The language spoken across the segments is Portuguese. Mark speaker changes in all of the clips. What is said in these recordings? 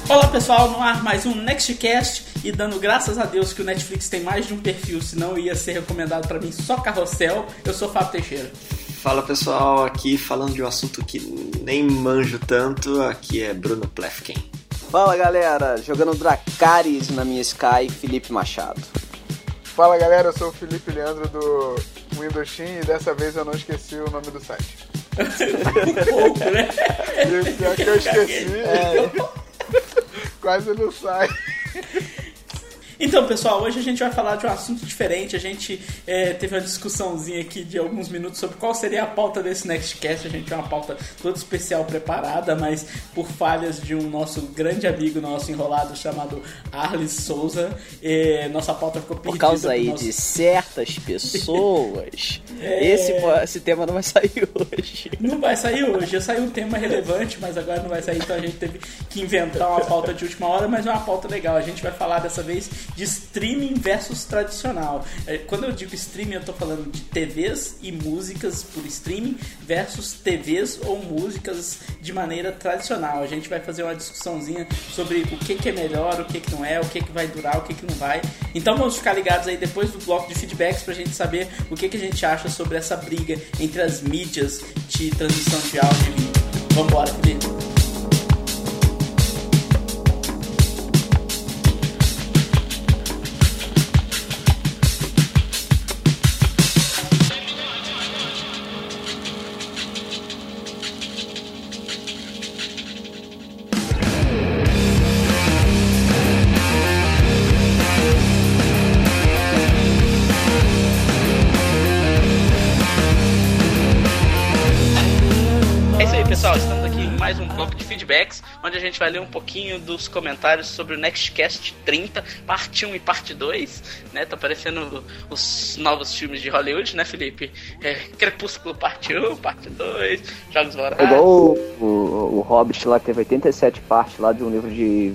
Speaker 1: Olá pessoal, no ar mais um Nextcast e dando graças a Deus que o Netflix tem mais de um perfil, senão ia ser recomendado pra mim só Carrossel. Eu sou Fábio Teixeira.
Speaker 2: Fala pessoal, aqui falando de um assunto que nem manjo tanto, aqui é Bruno Plefken.
Speaker 3: Fala galera, jogando Dracarys na minha Sky, Felipe Machado.
Speaker 4: Fala galera, eu sou o Felipe Leandro do Windows Team e dessa vez eu não esqueci o nome do site.
Speaker 1: Um pouco, né?
Speaker 4: E o pior que eu esqueci, quase não sai.
Speaker 1: Então pessoal, hoje a gente vai falar de um assunto diferente. A gente teve uma discussãozinha aqui de alguns minutos sobre qual seria a pauta desse Nextcast. A gente tem uma pauta toda especial preparada, mas por falhas de um nosso grande amigo, nosso enrolado chamado Arlis Souza, nossa pauta ficou perdida.
Speaker 3: Por causa aí de certas pessoas, esse tema não vai sair hoje.
Speaker 1: Não vai sair hoje. Já saiu um tema relevante, mas agora não vai sair, então a gente teve que inventar uma pauta de última hora, mas é uma pauta legal. A gente vai falar dessa vez de streaming versus tradicional. Quando eu digo streaming, eu tô falando de TVs e músicas por streaming versus TVs ou músicas de maneira tradicional. A gente vai fazer uma discussãozinha sobre o que é melhor, o que não é, o que vai durar, o que não vai. Então vamos ficar ligados aí depois do bloco de feedbacks pra gente saber o que a gente acha sobre essa briga entre as mídias de transmissão de áudio e vídeo. Vambora, Felipe. Onde a gente vai ler um pouquinho dos comentários sobre o Nextcast 30, parte 1 e parte 2, né? Tá aparecendo os novos filmes de Hollywood, né, Felipe? Crepúsculo parte 1, parte 2, Jogos Vorazes.
Speaker 3: Igual o Hobbit lá, que teve 87 partes lá de um livro de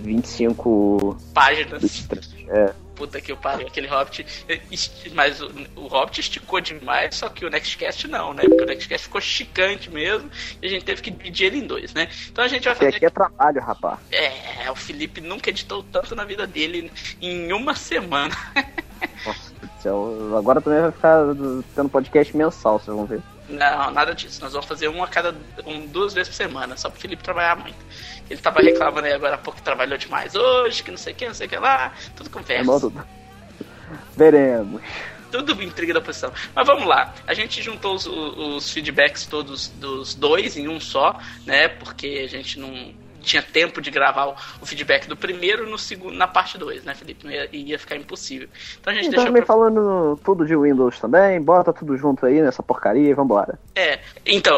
Speaker 3: 25
Speaker 1: páginas. Puta que eu pariu, aquele Hobbit. Mas o Hobbit esticou demais, só que o Nextcast não, né? Porque o Nextcast ficou esticante mesmo e a gente teve que dividir ele em dois, né? Então a gente vai fazer.
Speaker 3: Aqui é trabalho, rapaz.
Speaker 1: O Felipe nunca editou tanto na vida dele em uma semana.
Speaker 3: Nossa do céu, agora também vai ficar tendo podcast mensal, vocês vão ver.
Speaker 1: Não, nada disso. Nós vamos fazer duas vezes por semana, só pro Felipe trabalhar muito. Ele tava reclamando aí agora há pouco que trabalhou demais hoje, que não sei o que lá, tudo conversa.
Speaker 3: Veremos.
Speaker 1: Tudo intriga da oposição. Mas vamos lá, a gente juntou os feedbacks todos dos dois em um só, né, porque a gente não tinha tempo de gravar o feedback do primeiro no segundo, na parte 2, né, Felipe? Não ia ficar impossível. Então a gente deixou
Speaker 3: também falando tudo de Windows também, bota tudo junto aí nessa porcaria e vambora.
Speaker 1: Então,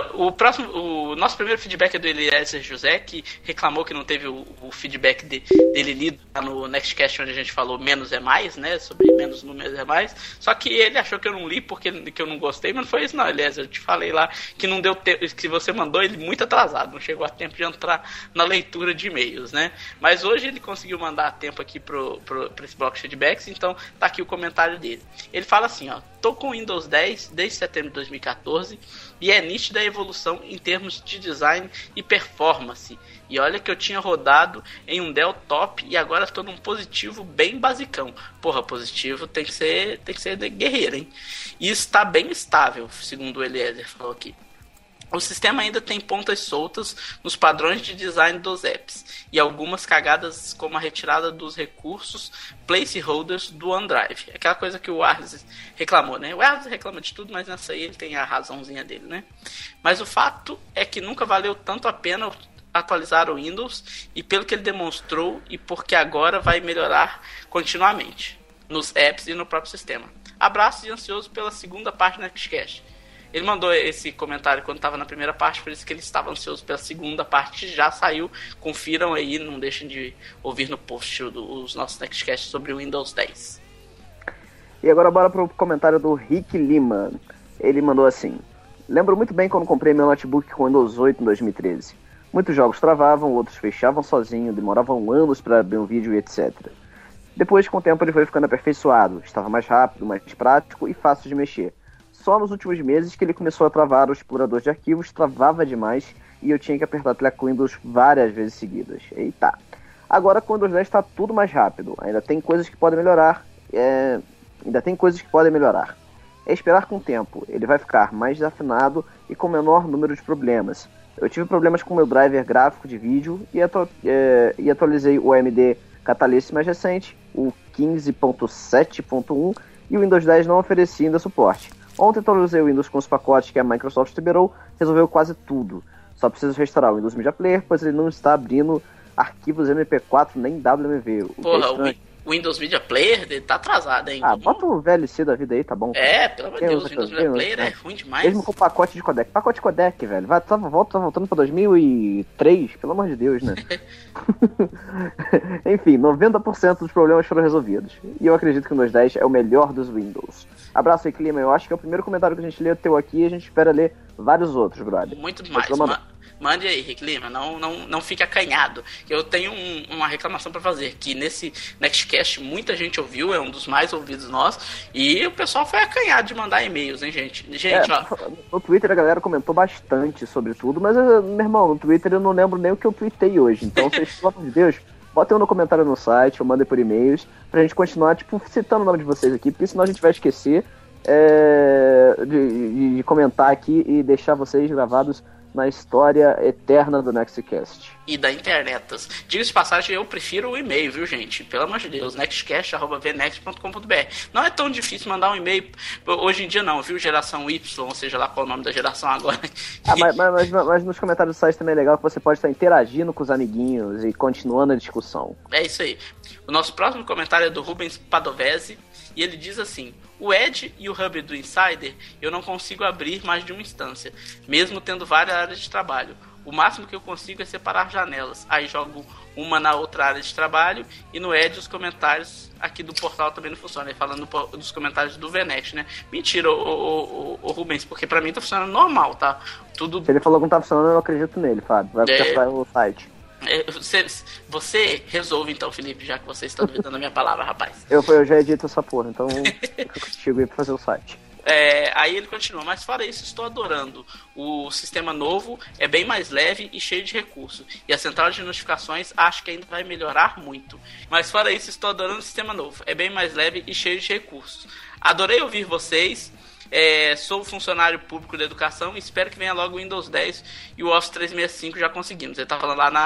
Speaker 1: o nosso primeiro feedback é do Eliezer José, que reclamou que não teve o feedback dele lido lá no Nextcast, onde a gente falou menos é mais, né, sobre menos números é mais, só que ele achou que eu não li porque que eu não gostei, mas não foi isso não, Eliezer, eu te falei lá que não deu tempo, que você mandou ele muito atrasado, não chegou a tempo de entrar na leitura de e-mails, né? Mas hoje ele conseguiu mandar a tempo aqui pra esse bloco de feedbacks, então tá aqui o comentário dele. Ele fala assim, ó: tô com o Windows 10 desde setembro de 2014 e é nítida a evolução em termos de design e performance. E olha que eu tinha rodado em um Dell top e agora estou num positivo bem basicão. Porra, positivo tem que ser guerreiro, hein? E está bem estável, segundo o Eliezer falou aqui. O sistema ainda tem pontas soltas nos padrões de design dos apps e algumas cagadas como a retirada dos recursos placeholders do OneDrive. Aquela coisa que o Arlis reclamou, né? O Arlis reclama de tudo, mas nessa aí ele tem a razãozinha dele, né? Mas o fato é que nunca valeu tanto a pena atualizar o Windows e pelo que ele demonstrou e porque agora vai melhorar continuamente nos apps e no próprio sistema. Abraço e ansioso pela segunda parte do Nextcast. Ele mandou esse comentário quando estava na primeira parte, por isso que ele estava ansioso pela segunda parte, já saiu. Confiram aí, não deixem de ouvir no post os nossos Nextcasts sobre o Windows 10.
Speaker 3: E agora bora pro comentário do Rick Lima. Ele mandou assim: lembro muito bem quando comprei meu notebook com Windows 8 em 2013. Muitos jogos travavam, outros fechavam sozinho, demoravam anos para abrir um vídeo e etc. Depois, com o tempo, ele foi ficando aperfeiçoado, estava mais rápido, mais prático e fácil de mexer. Só nos últimos meses que ele começou a travar o explorador de arquivos, travava demais e eu tinha que apertar a tecla Windows várias vezes seguidas. Eita! Agora com o Windows 10 está tudo mais rápido, ainda tem coisas que podem melhorar, É esperar com o tempo, ele vai ficar mais desafinado e com menor número de problemas. Eu tive problemas com o meu driver gráfico de vídeo e atualizei o AMD Catalyst mais recente, o 15.7.1, e o Windows 10 não oferecia ainda suporte. Ontem atualizei o Windows com os pacotes que a Microsoft liberou, resolveu quase tudo. Só preciso restaurar o Windows Media Player, pois ele não está abrindo arquivos MP4 nem WMV.
Speaker 1: Porra, o Windows Media Player ele tá atrasado, hein?
Speaker 3: Bota o VLC da vida aí, tá bom?
Speaker 1: Pelo amor de Deus, o Windows Media Player é ruim demais.
Speaker 3: Mesmo com pacote de codec. Pacote de codec, velho. Tá voltando pra 2003, pelo amor de Deus, né? Enfim, 90% dos problemas foram resolvidos. E eu acredito que o Windows 10 é o melhor dos Windows. Abraço aí, Clima. Eu acho que é o primeiro comentário que a gente lê teu aqui e a gente espera ler vários outros, brother.
Speaker 1: Muito mais. Mande aí, Rick Lima, não fique acanhado. Eu tenho uma reclamação pra fazer, que nesse Nextcast muita gente ouviu, é um dos mais ouvidos nossos, e o pessoal foi acanhado de mandar e-mails, hein, gente? Ó.
Speaker 3: No Twitter a galera comentou bastante sobre tudo, mas, meu irmão, no Twitter eu não lembro nem o que eu tweetei hoje, então vocês, pelo amor de Deus, botem no comentário no site, ou mandem por e-mails, pra gente continuar, citando o nome de vocês aqui, porque senão a gente vai esquecer de comentar aqui e deixar vocês gravados na história eterna do Nextcast.
Speaker 1: E da internetas. Diga-se de passagem, eu prefiro o e-mail, viu, gente? Pelo amor de Deus, nextcast@vnext.com.br. Não é tão difícil mandar um e-mail hoje em dia não, viu? Geração Y, ou seja lá qual é o nome da geração agora.
Speaker 3: Mas nos comentários do site também é legal que você pode estar interagindo com os amiguinhos e continuando a discussão.
Speaker 1: É isso aí. O nosso próximo comentário é do Rubens Padovese, e ele diz assim: o Edge e o Hub do Insider eu não consigo abrir mais de uma instância, mesmo tendo várias áreas de trabalho. O máximo que eu consigo é separar janelas. Aí jogo uma na outra área de trabalho, e no Edge os comentários aqui do portal também não funcionam. Ele falando dos comentários do VNext, né? Mentira, o Rubens, porque pra mim tá funcionando normal, tá? Tudo...
Speaker 3: Se ele falou que não tá funcionando, eu não acredito nele, Fábio. Vai testar o site.
Speaker 1: Você resolve então, Felipe, já que você está duvidando da minha palavra, rapaz.
Speaker 3: Eu já edito essa porra, então eu fico contigo aí pra fazer o site.
Speaker 1: Aí ele continua, mas fora isso, estou adorando. O sistema novo é bem mais leve e cheio de recursos. E a central de notificações acho que ainda vai melhorar muito. Mas fora isso, estou adorando o sistema novo. É bem mais leve e cheio de recursos. Adorei ouvir vocês. Sou funcionário público da educação e espero que venha logo o Windows 10 e o Office 365 já conseguimos. Ele tá falando lá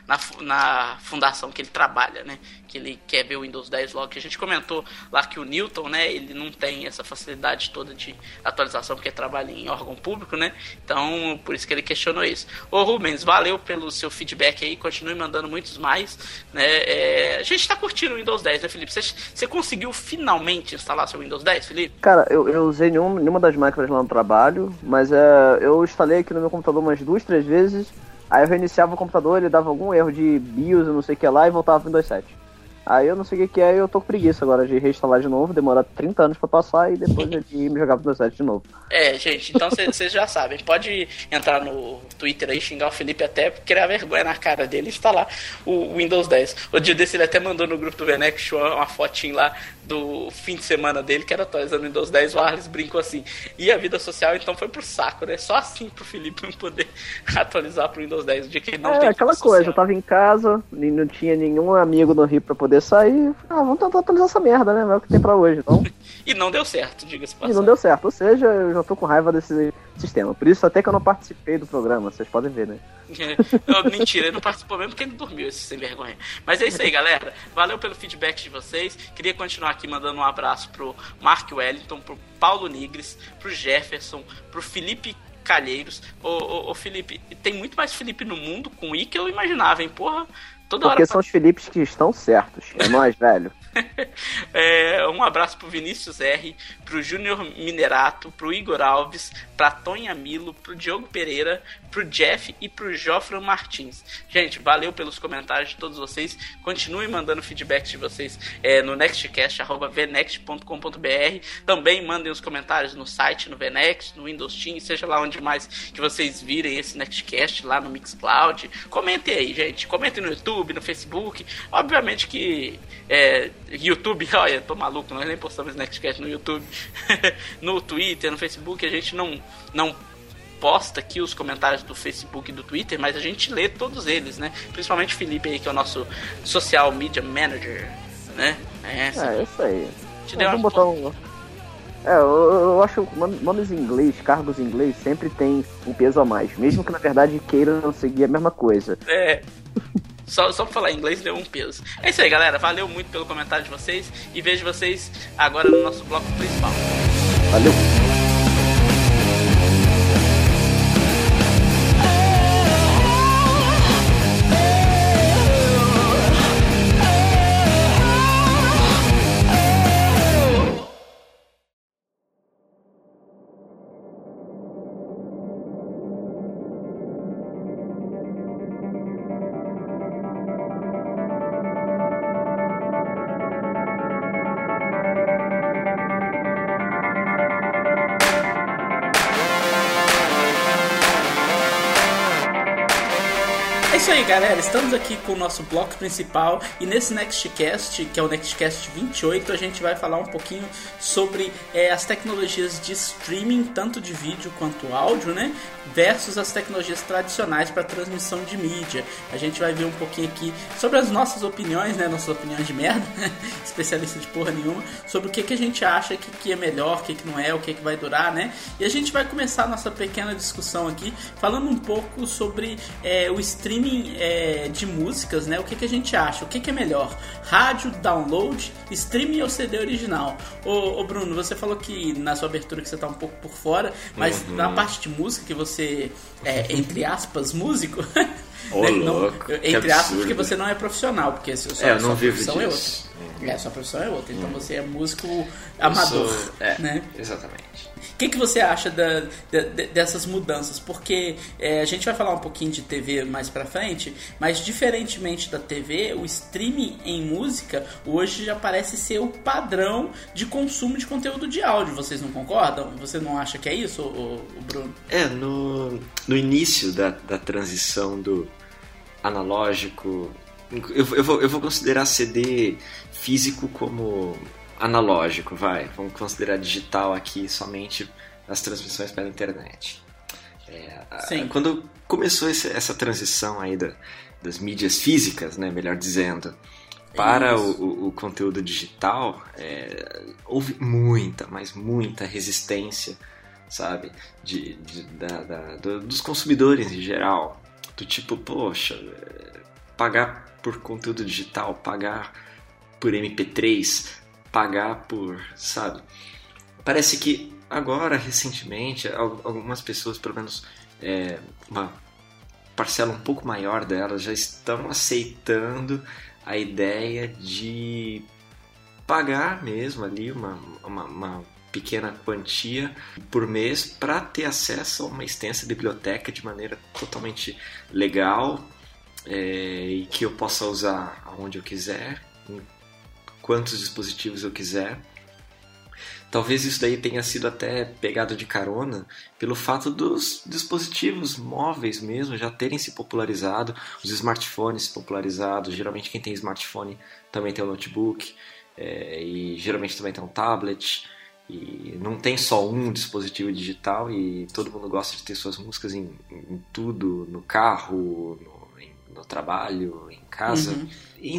Speaker 1: na fundação que ele trabalha, né? Que ele quer ver o Windows 10 logo. Que a gente comentou lá que o Newton, né? Ele não tem essa facilidade toda de atualização porque trabalha em órgão público, né? Então, por isso que ele questionou isso. Ô Rubens, valeu pelo seu feedback aí. Continue mandando muitos mais, né? A gente tá curtindo o Windows 10, né, Felipe? Você conseguiu finalmente instalar seu Windows 10, Felipe?
Speaker 3: Cara, eu usei nenhuma das máquinas lá no trabalho, mas eu instalei aqui no meu computador umas 2, 3 vezes, aí eu reiniciava o computador, ele dava algum erro de BIOS, não sei o que lá, e voltava pro Windows 7. Aí eu não sei o que é e eu tô com preguiça agora de reinstalar de novo, demora 30 anos pra passar e depois de me jogar pro Windows 7 de novo.
Speaker 1: Gente, então vocês já sabem, pode entrar no Twitter aí, xingar o Felipe até, criar vergonha na cara dele e instalar o Windows 10. O dia desse ele até mandou no grupo do VNext uma fotinho lá do fim de semana dele, que era atualizando o Windows 10, o Arles brincou assim, e a vida social então foi pro saco, né? Só assim pro Felipe não poder atualizar pro Windows 10, o dia que ele não tem
Speaker 3: aquela coisa, eu tava em casa, não tinha nenhum amigo no Rio pra poder sair, vamos tentar atualizar essa merda, né? É o que tem pra hoje, então...
Speaker 1: E não deu certo, diga-se passagem.
Speaker 3: E não deu certo, ou seja, eu já tô com raiva desse sistema, por isso até que eu não participei do programa, vocês podem ver, né?
Speaker 1: Mentira, ele não participou mesmo porque ele dormiu, esse sem vergonha. Mas é isso aí, galera. Valeu pelo feedback de vocês. Queria continuar aqui mandando um abraço pro Mark Wellington, pro Paulo Nigres, pro Jefferson, pro Felipe Calheiros. Ô Felipe, tem muito mais Felipe no mundo com I que eu imaginava, hein? Porra, toda hora.
Speaker 3: Porque são os Felipes que estão certos. É nóis, velho.
Speaker 1: Um abraço pro Vinícius R, pro Júnior Minerato, pro Igor Alves, pra Tonha Milo, pro Diogo Pereira, pro Jeff e pro Jofran Martins. Gente, valeu pelos comentários de todos vocês. Continuem mandando feedbacks de vocês no nextcast@vnext.com.br. Também mandem os comentários no site, no VNext, no Windows Team, seja lá onde mais que vocês virem esse Nextcast, lá no Mixcloud. Comentem aí, gente. Comentem no YouTube, no Facebook. Obviamente que YouTube, olha, tô maluco, nós nem postamos Nextcast no YouTube. No Twitter, no Facebook, a gente não posta aqui os comentários do Facebook e do Twitter, mas a gente lê todos eles, né? Principalmente o Felipe aí, que é o nosso social media manager, né?
Speaker 3: Isso aí.
Speaker 1: Vamos
Speaker 3: botar um... eu acho que nomes em inglês, cargos em inglês, sempre tem um peso a mais, mesmo que na verdade queiram seguir a mesma coisa.
Speaker 1: Só pra falar inglês deu um peso. É isso aí, galera. Valeu muito pelo comentário de vocês e vejo vocês agora no nosso bloco principal.
Speaker 3: Valeu!
Speaker 1: É isso aí, galera, estamos aqui com o nosso bloco principal e nesse Nextcast, que é o Nextcast 28, a gente vai falar um pouquinho sobre as tecnologias de streaming, tanto de vídeo quanto áudio, né, versus as tecnologias tradicionais para transmissão de mídia. A gente vai ver um pouquinho aqui sobre as nossas opiniões, né, nossas opiniões de merda, especialista de porra nenhuma, sobre o que a gente acha que é melhor, o que não é, o que vai durar, né, e a gente vai começar a nossa pequena discussão aqui, falando um pouco sobre o streaming de músicas, né? O que a gente acha? O que é melhor? Rádio, download, streaming ou CD original? Ô Bruno, você falou que na sua abertura que você tá um pouco por fora, mas na parte de música que você entre aspas, músico, né? Entre aspas, porque você não é profissional, porque sua profissão é outra. Sua profissão é outra, então você é músico amador, né?
Speaker 2: Exatamente.
Speaker 1: O que você acha dessas mudanças? Porque a gente vai falar um pouquinho de TV mais pra frente, mas diferentemente da TV, o streaming em música hoje já parece ser o padrão de consumo de conteúdo de áudio. Vocês não concordam? Você não acha que é isso, o Bruno?
Speaker 2: No início da transição do analógico, eu vou considerar CD físico como analógico, vamos considerar digital aqui somente as transmissões pela internet. Quando começou essa transição aí das mídias físicas, né, melhor dizendo, para o conteúdo digital, houve muita resistência, sabe, dos consumidores em geral, do tipo, poxa, pagar por conteúdo digital, pagar por MP3, pagar por, sabe? Parece que agora, recentemente, algumas pessoas, pelo menos uma parcela um pouco maior delas, já estão aceitando a ideia de pagar mesmo ali uma pequena quantia por mês para ter acesso a uma extensa biblioteca de maneira totalmente legal, e que eu possa usar aonde eu quiser, em quantos dispositivos eu quiser. Talvez isso daí tenha sido até pegado de carona pelo fato dos dispositivos móveis mesmo já terem se popularizado, os smartphones se popularizados. Geralmente quem tem smartphone também tem um notebook, e geralmente também tem um tablet, e não tem só um dispositivo digital, e todo mundo gosta de ter suas músicas em tudo, no carro, no trabalho, em casa.
Speaker 1: Uhum.
Speaker 2: E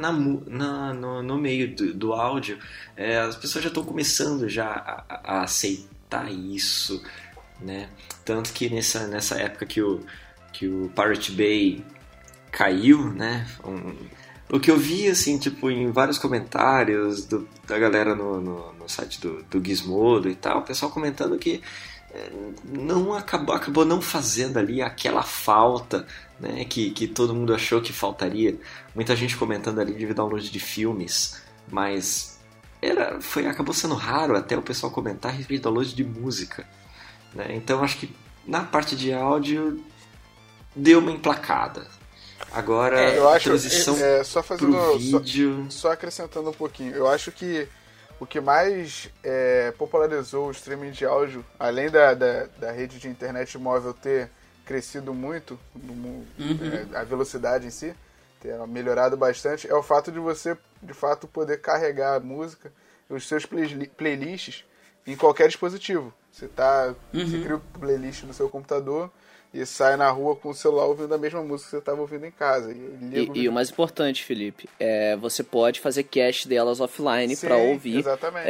Speaker 2: no meio do áudio, as pessoas já estão começando já a aceitar isso, né? Tanto que nessa época que o Pirate Bay caiu, né? O que eu vi, assim, tipo, em vários comentários da galera no site do Gizmodo e tal, o pessoal comentando que não acabou não fazendo ali aquela falta, né, que todo mundo achou que faltaria. Muita gente comentando ali de download de filmes, mas acabou sendo raro até o pessoal comentar a respeito de download de música, né? Então acho que na parte de áudio deu uma emplacada. Agora
Speaker 4: eu acho,
Speaker 2: transição
Speaker 4: só fazendo
Speaker 2: pro vídeo...
Speaker 4: só acrescentando um pouquinho, eu acho que o que mais popularizou o streaming de áudio, além da rede de internet móvel ter crescido muito, a velocidade em si, ter melhorado bastante, é o fato de você, de fato, poder carregar a música, os seus playlists em qualquer dispositivo. Você cria o playlist no seu computador e sai na rua com o celular ouvindo a mesma música que você estava ouvindo em casa.
Speaker 3: E o mais importante, Felipe, você pode fazer cache delas offline para ouvir.
Speaker 4: Exatamente.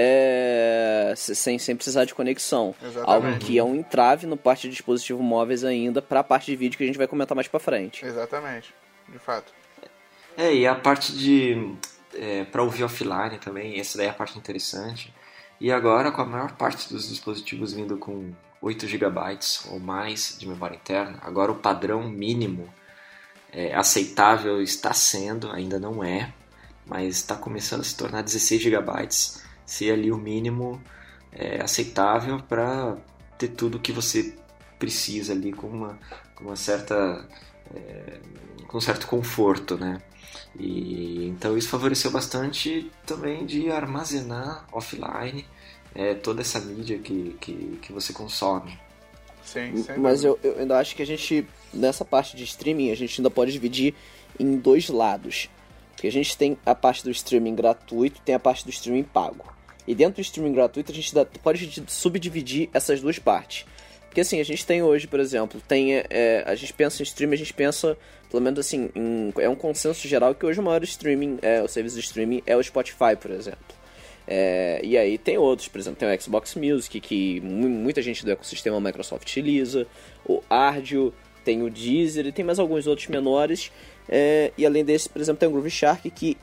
Speaker 3: Sem precisar de conexão.
Speaker 4: Exatamente.
Speaker 3: Algo que é um entrave no parte de dispositivos móveis ainda para a parte de vídeo que a gente vai comentar mais para frente.
Speaker 4: Exatamente, de fato.
Speaker 2: E a parte de... para ouvir offline também, essa daí é a parte interessante. E agora, com a maior parte dos dispositivos vindo com 8 GB ou mais de memória interna, agora o padrão mínimo aceitável está sendo, ainda não é, mas está começando a se tornar 16 GB, ser ali o mínimo aceitável para ter tudo que você precisa ali com uma certa... com um certo conforto, né? E então isso favoreceu bastante também de armazenar offline toda essa mídia que você consome.
Speaker 4: Sim,
Speaker 3: mas eu ainda acho que a gente, nessa parte de streaming, a gente ainda pode dividir em dois lados. Porque a gente tem a parte do streaming gratuito e tem a parte do streaming pago. E dentro do streaming gratuito a gente pode subdividir essas duas partes. Porque assim, a gente tem hoje, por exemplo, a gente pensa em streaming, a gente pensa, pelo menos assim, é um consenso geral que hoje o maior streaming, o serviço de streaming é o Spotify, por exemplo. E aí tem outros, por exemplo, tem o Xbox Music, que muita gente do ecossistema Microsoft utiliza, o Ardio, tem o Deezer e tem mais alguns outros menores. E além desse, por exemplo, tem o Groove Shark, que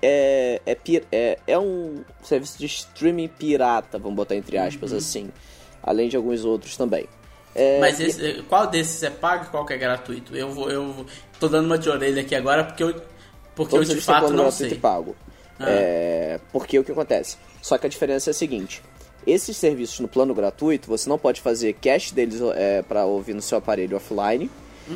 Speaker 3: é um serviço de streaming pirata, vamos botar entre aspas assim, além de alguns outros também.
Speaker 1: Mas qual desses é pago e qual que é gratuito? Eu tô dando uma de orelha aqui agora porque eu de fato não sei.
Speaker 3: Pago. Porque o que acontece? Só que a diferença é a seguinte: esses serviços no plano gratuito, você não pode fazer cache deles para ouvir no seu aparelho offline.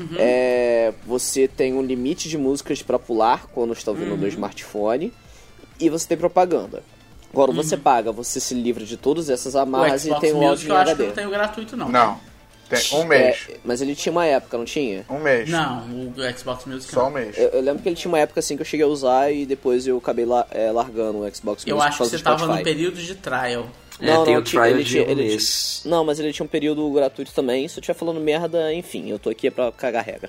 Speaker 3: Você tem um limite de músicas para pular quando está ouvindo no smartphone. E você tem propaganda. Agora você paga, você se livra de todas essas amarras e tem o áudio em HD.
Speaker 1: Eu acho que não tem o gratuito não.
Speaker 4: Não. Tem um mês.
Speaker 3: Mas ele tinha uma época, não tinha?
Speaker 4: Um mês.
Speaker 1: Não, o Xbox Music
Speaker 4: só um mês.
Speaker 3: Eu lembro que ele tinha uma época assim que eu cheguei a usar e depois eu acabei largando o Xbox Music.
Speaker 1: Eu acho que você tava no período de trial.
Speaker 2: Tem o trial de um mês.
Speaker 3: Não, mas ele tinha um período gratuito também. Se eu estiver falando merda, enfim, eu tô aqui pra cagar regra.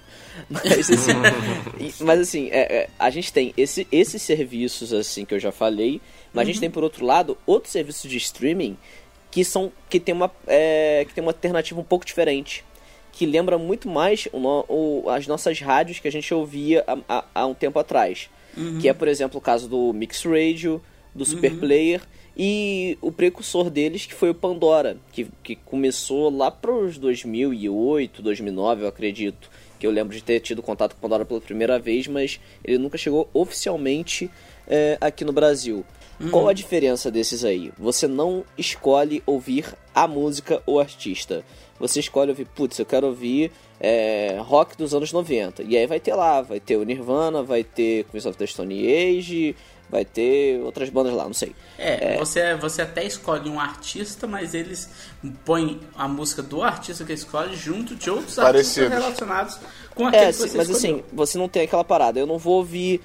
Speaker 3: Mas assim, a gente tem esses serviços assim que eu já falei, mas a gente tem por outro lado outros serviços de streaming que tem uma alternativa um pouco diferente, que lembra muito mais as nossas rádios que a gente ouvia há um tempo atrás, que é, por exemplo, o caso do Mix Radio, do Super Player e o precursor deles, que foi o Pandora, que começou lá para os 2008, 2009, eu acredito, que eu lembro de ter tido contato com o Pandora pela primeira vez, mas ele nunca chegou oficialmente aqui no Brasil. Qual a diferença desses aí? Você não escolhe ouvir a música ou artista. Você escolhe ouvir, eu quero ouvir rock dos anos 90. E aí vai ter o Nirvana, vai ter Queens of the Stone Age, vai ter outras bandas lá, não sei.
Speaker 1: Você até escolhe um artista, mas eles põem a música do artista que escolhe junto de outros artistas relacionados com aquele que você
Speaker 3: mas
Speaker 1: escolheu.
Speaker 3: Assim, você não tem aquela parada. Eu não vou ouvir...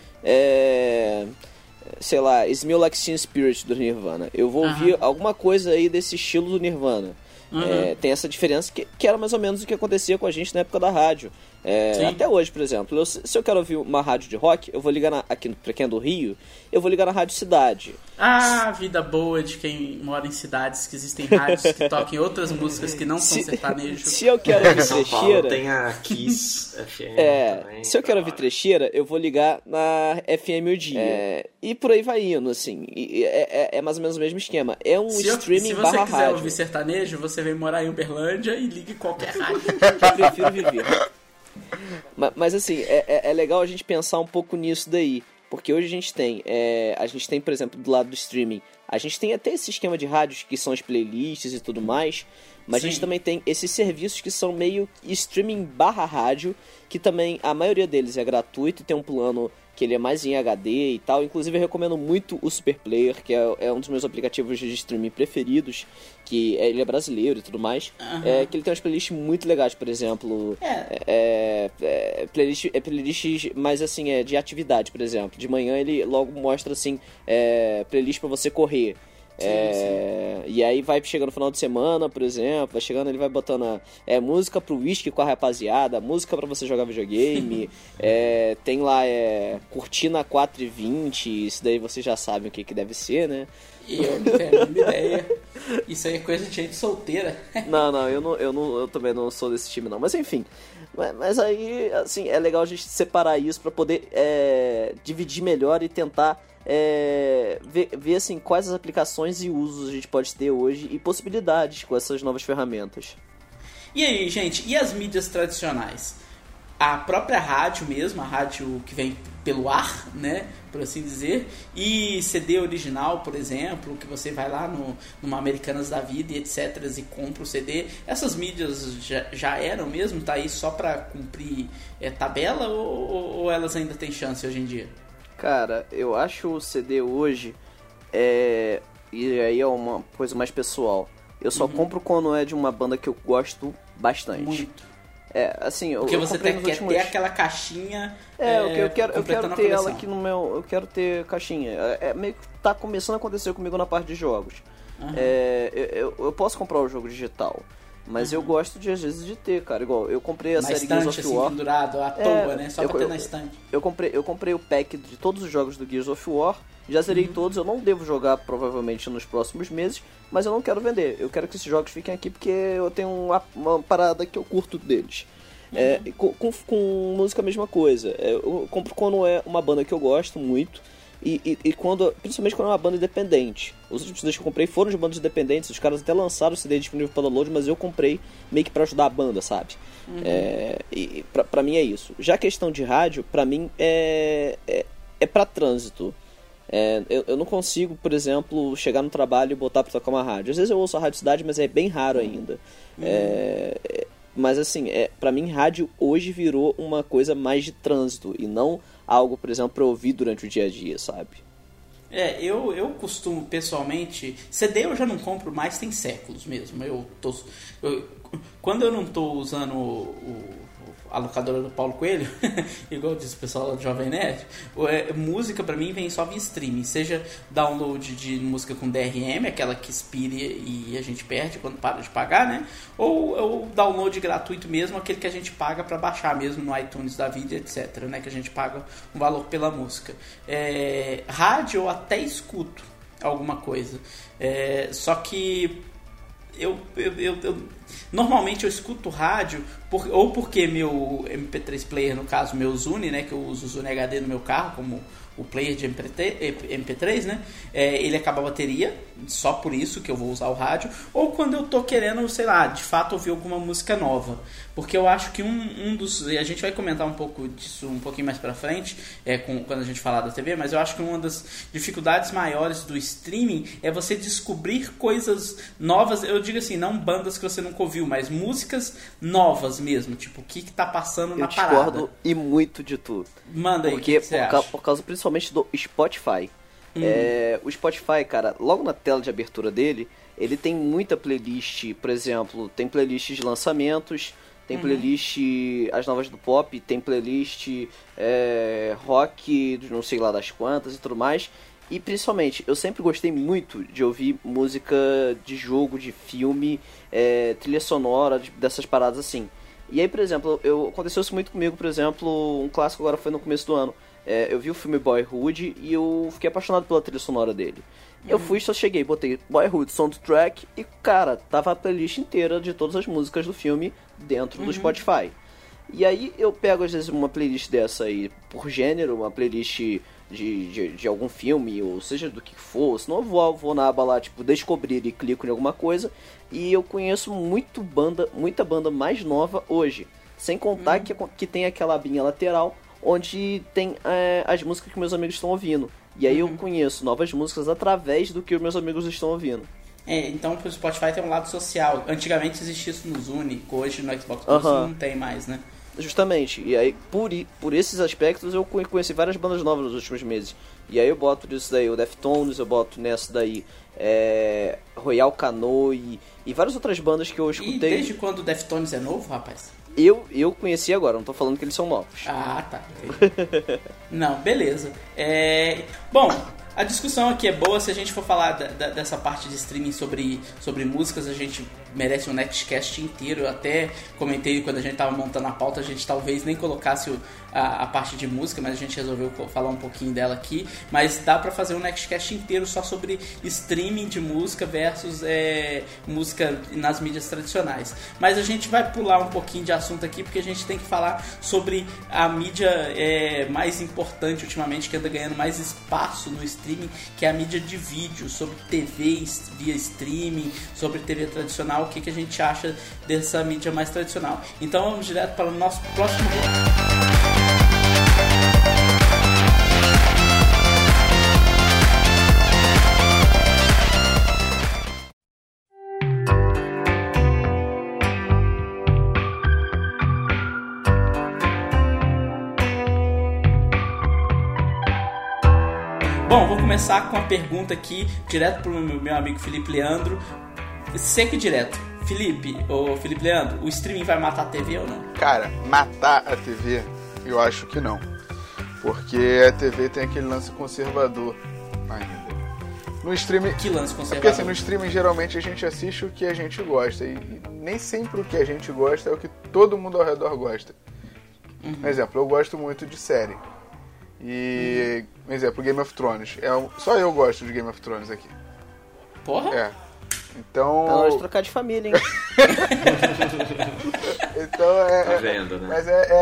Speaker 3: sei lá, Smell Like Teen Spirit do Nirvana. Eu vou ouvir alguma coisa aí desse estilo do Nirvana. Tem essa diferença que era mais ou menos o que acontecia com a gente na época da rádio. Até hoje, por exemplo, se eu quero ouvir uma rádio de rock, eu vou ligar aqui pra quem é do Rio, eu vou ligar na Rádio Cidade.
Speaker 1: Vida boa de quem mora em cidades que existem rádios que toquem outras músicas que não são sertanejo.
Speaker 3: Se eu quero ouvir trecheira...
Speaker 2: tem a Kiss FM também.
Speaker 3: Se eu quero ouvir trecheira, eu vou ligar na FM O Dia. E por aí vai indo, assim. É mais ou menos o mesmo esquema. É um streaming barra rádio.
Speaker 1: Se você quiser ouvir sertanejo, você vem morar em Uberlândia e ligue qualquer rádio.
Speaker 3: Eu prefiro viver. Mas assim, é legal a gente pensar um pouco nisso daí. Porque hoje a gente tem, por exemplo, do lado do streaming, a gente tem até esse esquema de rádios que são as playlists e tudo mais, mas a gente também tem esses serviços que são meio streaming barra rádio, que também a maioria deles é gratuito e tem um plano que ele é mais em HD e tal. Inclusive eu recomendo muito o Super Player, que é um dos meus aplicativos de streaming preferidos, que ele é brasileiro e tudo mais, que ele tem umas playlists muito legais, por exemplo, playlists mais assim, de atividade, por exemplo. De manhã ele logo mostra assim, playlist pra você correr.
Speaker 5: Sim. E aí vai chegando no final de semana, por exemplo, vai chegando, ele vai botando música pro whisky com a rapaziada, música pra você jogar videogame, tem lá Cortina 420, isso daí vocês já sabem o que deve ser, né?
Speaker 1: E eu não tenho a mínima ideia. Isso aí é coisa de gente solteira.
Speaker 5: Não, eu também não sou desse time não, mas enfim. Mas aí, assim, é legal a gente separar isso pra poder dividir melhor e tentar ver assim, quais as aplicações e usos a gente pode ter hoje e possibilidades com essas novas ferramentas.
Speaker 1: E aí, gente, e as mídias tradicionais? A própria rádio mesmo, a rádio que vem pelo ar, né, por assim dizer, e CD original, por exemplo, que você vai lá numa Americanas da Vida e etc. e compra o CD. Essas mídias já eram mesmo? Tá aí só pra cumprir tabela ou elas ainda têm chance hoje em dia?
Speaker 5: Cara, eu acho o CD hoje, e aí é uma coisa mais pessoal, eu só compro quando é de uma banda que eu gosto bastante.
Speaker 1: Muito.
Speaker 5: Assim,
Speaker 1: porque
Speaker 5: eu
Speaker 1: você quer ter aquela caixinha.
Speaker 5: Eu quero ter ela aqui no meu. Eu quero ter caixinha. Meio que tá começando a acontecer comigo na parte de jogos. Eu posso comprar o jogo digital, mas eu gosto às vezes de ter, cara. Igual, eu comprei a série Gears of War.
Speaker 1: Assim, pendurado à toa, né? Só pra ter na estante.
Speaker 5: Eu comprei o pack de todos os jogos do Gears of War. Já zerei todos, eu não devo jogar provavelmente nos próximos meses, mas eu não quero vender. Eu quero que esses jogos fiquem aqui porque eu tenho uma parada que eu curto deles. Com música a mesma coisa. Eu compro quando é uma banda que eu gosto muito e principalmente quando é uma banda independente. Os últimos CDs que eu comprei foram de bandas independentes. Os caras até lançaram o CD disponível para download, mas eu comprei meio que pra ajudar a banda, sabe? E pra mim é isso. Já a questão de rádio, pra mim é pra trânsito. Eu não consigo, por exemplo, chegar no trabalho e botar pra tocar uma rádio. Às vezes eu ouço a Rádio Cidade, mas é bem raro ainda. Mas assim, pra mim rádio hoje virou uma coisa mais de trânsito e não algo, por exemplo, pra ouvir durante o dia a dia, sabe?
Speaker 1: Eu costumo, pessoalmente, CD eu já não compro mais tem séculos mesmo. Quando eu não tô usando a locadora do Paulo Coelho, igual diz o pessoal do Jovem Nerd, música pra mim vem só via streaming, seja download de música com DRM, aquela que expira e a gente perde quando para de pagar, né? Ou download gratuito mesmo, aquele que a gente paga pra baixar mesmo no iTunes da vida, etc, né? Que a gente paga um valor pela música. Rádio eu até escuto alguma coisa, só que normalmente eu escuto rádio ou porque meu MP3 player, no caso meu Zune, né, que eu uso o Zune HD no meu carro como o player de MP3, né, ele acaba a bateria, só por isso que eu vou usar o rádio, ou quando eu tô querendo, sei lá, de fato ouvir alguma música nova, porque eu acho que um dos, a gente vai comentar um pouco disso um pouquinho mais pra frente, quando a gente falar da TV, mas eu acho que uma das dificuldades maiores do streaming é você descobrir coisas novas, eu digo assim, não bandas que você nunca ouviu, mas músicas novas mesmo, tipo, o que tá passando na parada.
Speaker 5: Eu discordo e muito de tudo.
Speaker 1: Manda aí,
Speaker 5: porque
Speaker 1: por
Speaker 5: causa principalmente do Spotify. O Spotify, cara, logo na tela de abertura dele, ele tem muita playlist, por exemplo, tem playlist de lançamentos, tem playlist as novas do pop, tem playlist rock, não sei lá das quantas e tudo mais. E principalmente, eu sempre gostei muito de ouvir música de jogo, de filme, trilha sonora, dessas paradas assim. E aí, por exemplo, aconteceu isso muito comigo, por exemplo, um clássico agora foi no começo do ano. Eu vi o filme Boyhood e eu fiquei apaixonado pela trilha sonora dele. Eu só cheguei, botei Boyhood Soundtrack e, cara, tava a playlist inteira de todas as músicas do filme dentro do Spotify. E aí eu pego, às vezes, uma playlist dessa aí por gênero, uma playlist de algum filme, ou seja, do que for, senão eu vou na aba lá, tipo, descobrir e clico em alguma coisa, e eu conheço muita banda mais nova hoje. Sem contar que tem aquela abinha lateral onde tem as músicas que meus amigos estão ouvindo. E aí eu conheço novas músicas através do que os meus amigos estão ouvindo.
Speaker 1: Então o Spotify tem um lado social. Antigamente existia isso no Zune, hoje no Xbox não tem mais, né?
Speaker 5: Justamente. E aí, por esses aspectos, eu conheci várias bandas novas nos últimos meses. E aí eu boto nisso daí o Deftones, eu boto nessa daí Royal Canoe e várias outras bandas que eu escutei.
Speaker 1: E desde quando o Deftones é novo, rapaz?
Speaker 5: Eu conheci agora, não tô falando que eles são novos.
Speaker 1: Ah, tá. Não, beleza. Bom, A discussão aqui é boa. Se a gente for falar dessa parte de streaming sobre músicas, a gente merece um Nextcast inteiro. Eu até comentei quando a gente tava montando a pauta, a gente talvez nem colocasse a parte de música, mas a gente resolveu falar um pouquinho dela aqui. Mas dá pra fazer um Nextcast inteiro só sobre streaming de música versus música nas mídias tradicionais. Mas a gente vai pular um pouquinho de assunto aqui, porque a gente tem que falar sobre a mídia mais importante ultimamente, que anda ganhando mais espaço no streaming, que é a mídia de vídeo, sobre TV via streaming, sobre TV tradicional. O que a gente acha dessa mídia mais tradicional? Então vamos direto para o nosso próximo bloco. Bom, vou começar com a pergunta aqui, direto pro meu amigo Felipe Leandro. Seco e direto. Felipe Leandro, o streaming vai matar a TV ou não?
Speaker 4: Cara, matar a TV, eu acho que não. Porque a TV tem aquele lance conservador ainda. No streaming...
Speaker 1: Que lance conservador?
Speaker 4: Porque assim, no streaming geralmente a gente assiste o que a gente gosta. E nem sempre o que a gente gosta é o que todo mundo ao redor gosta. Por exemplo, eu gosto muito de série. E, por exemplo, Game of Thrones. Só eu gosto de Game of Thrones aqui.
Speaker 1: Porra?
Speaker 4: Então...
Speaker 5: Tá na hora de trocar de família, hein?
Speaker 4: Então
Speaker 2: Tá vendo, né?
Speaker 4: Mas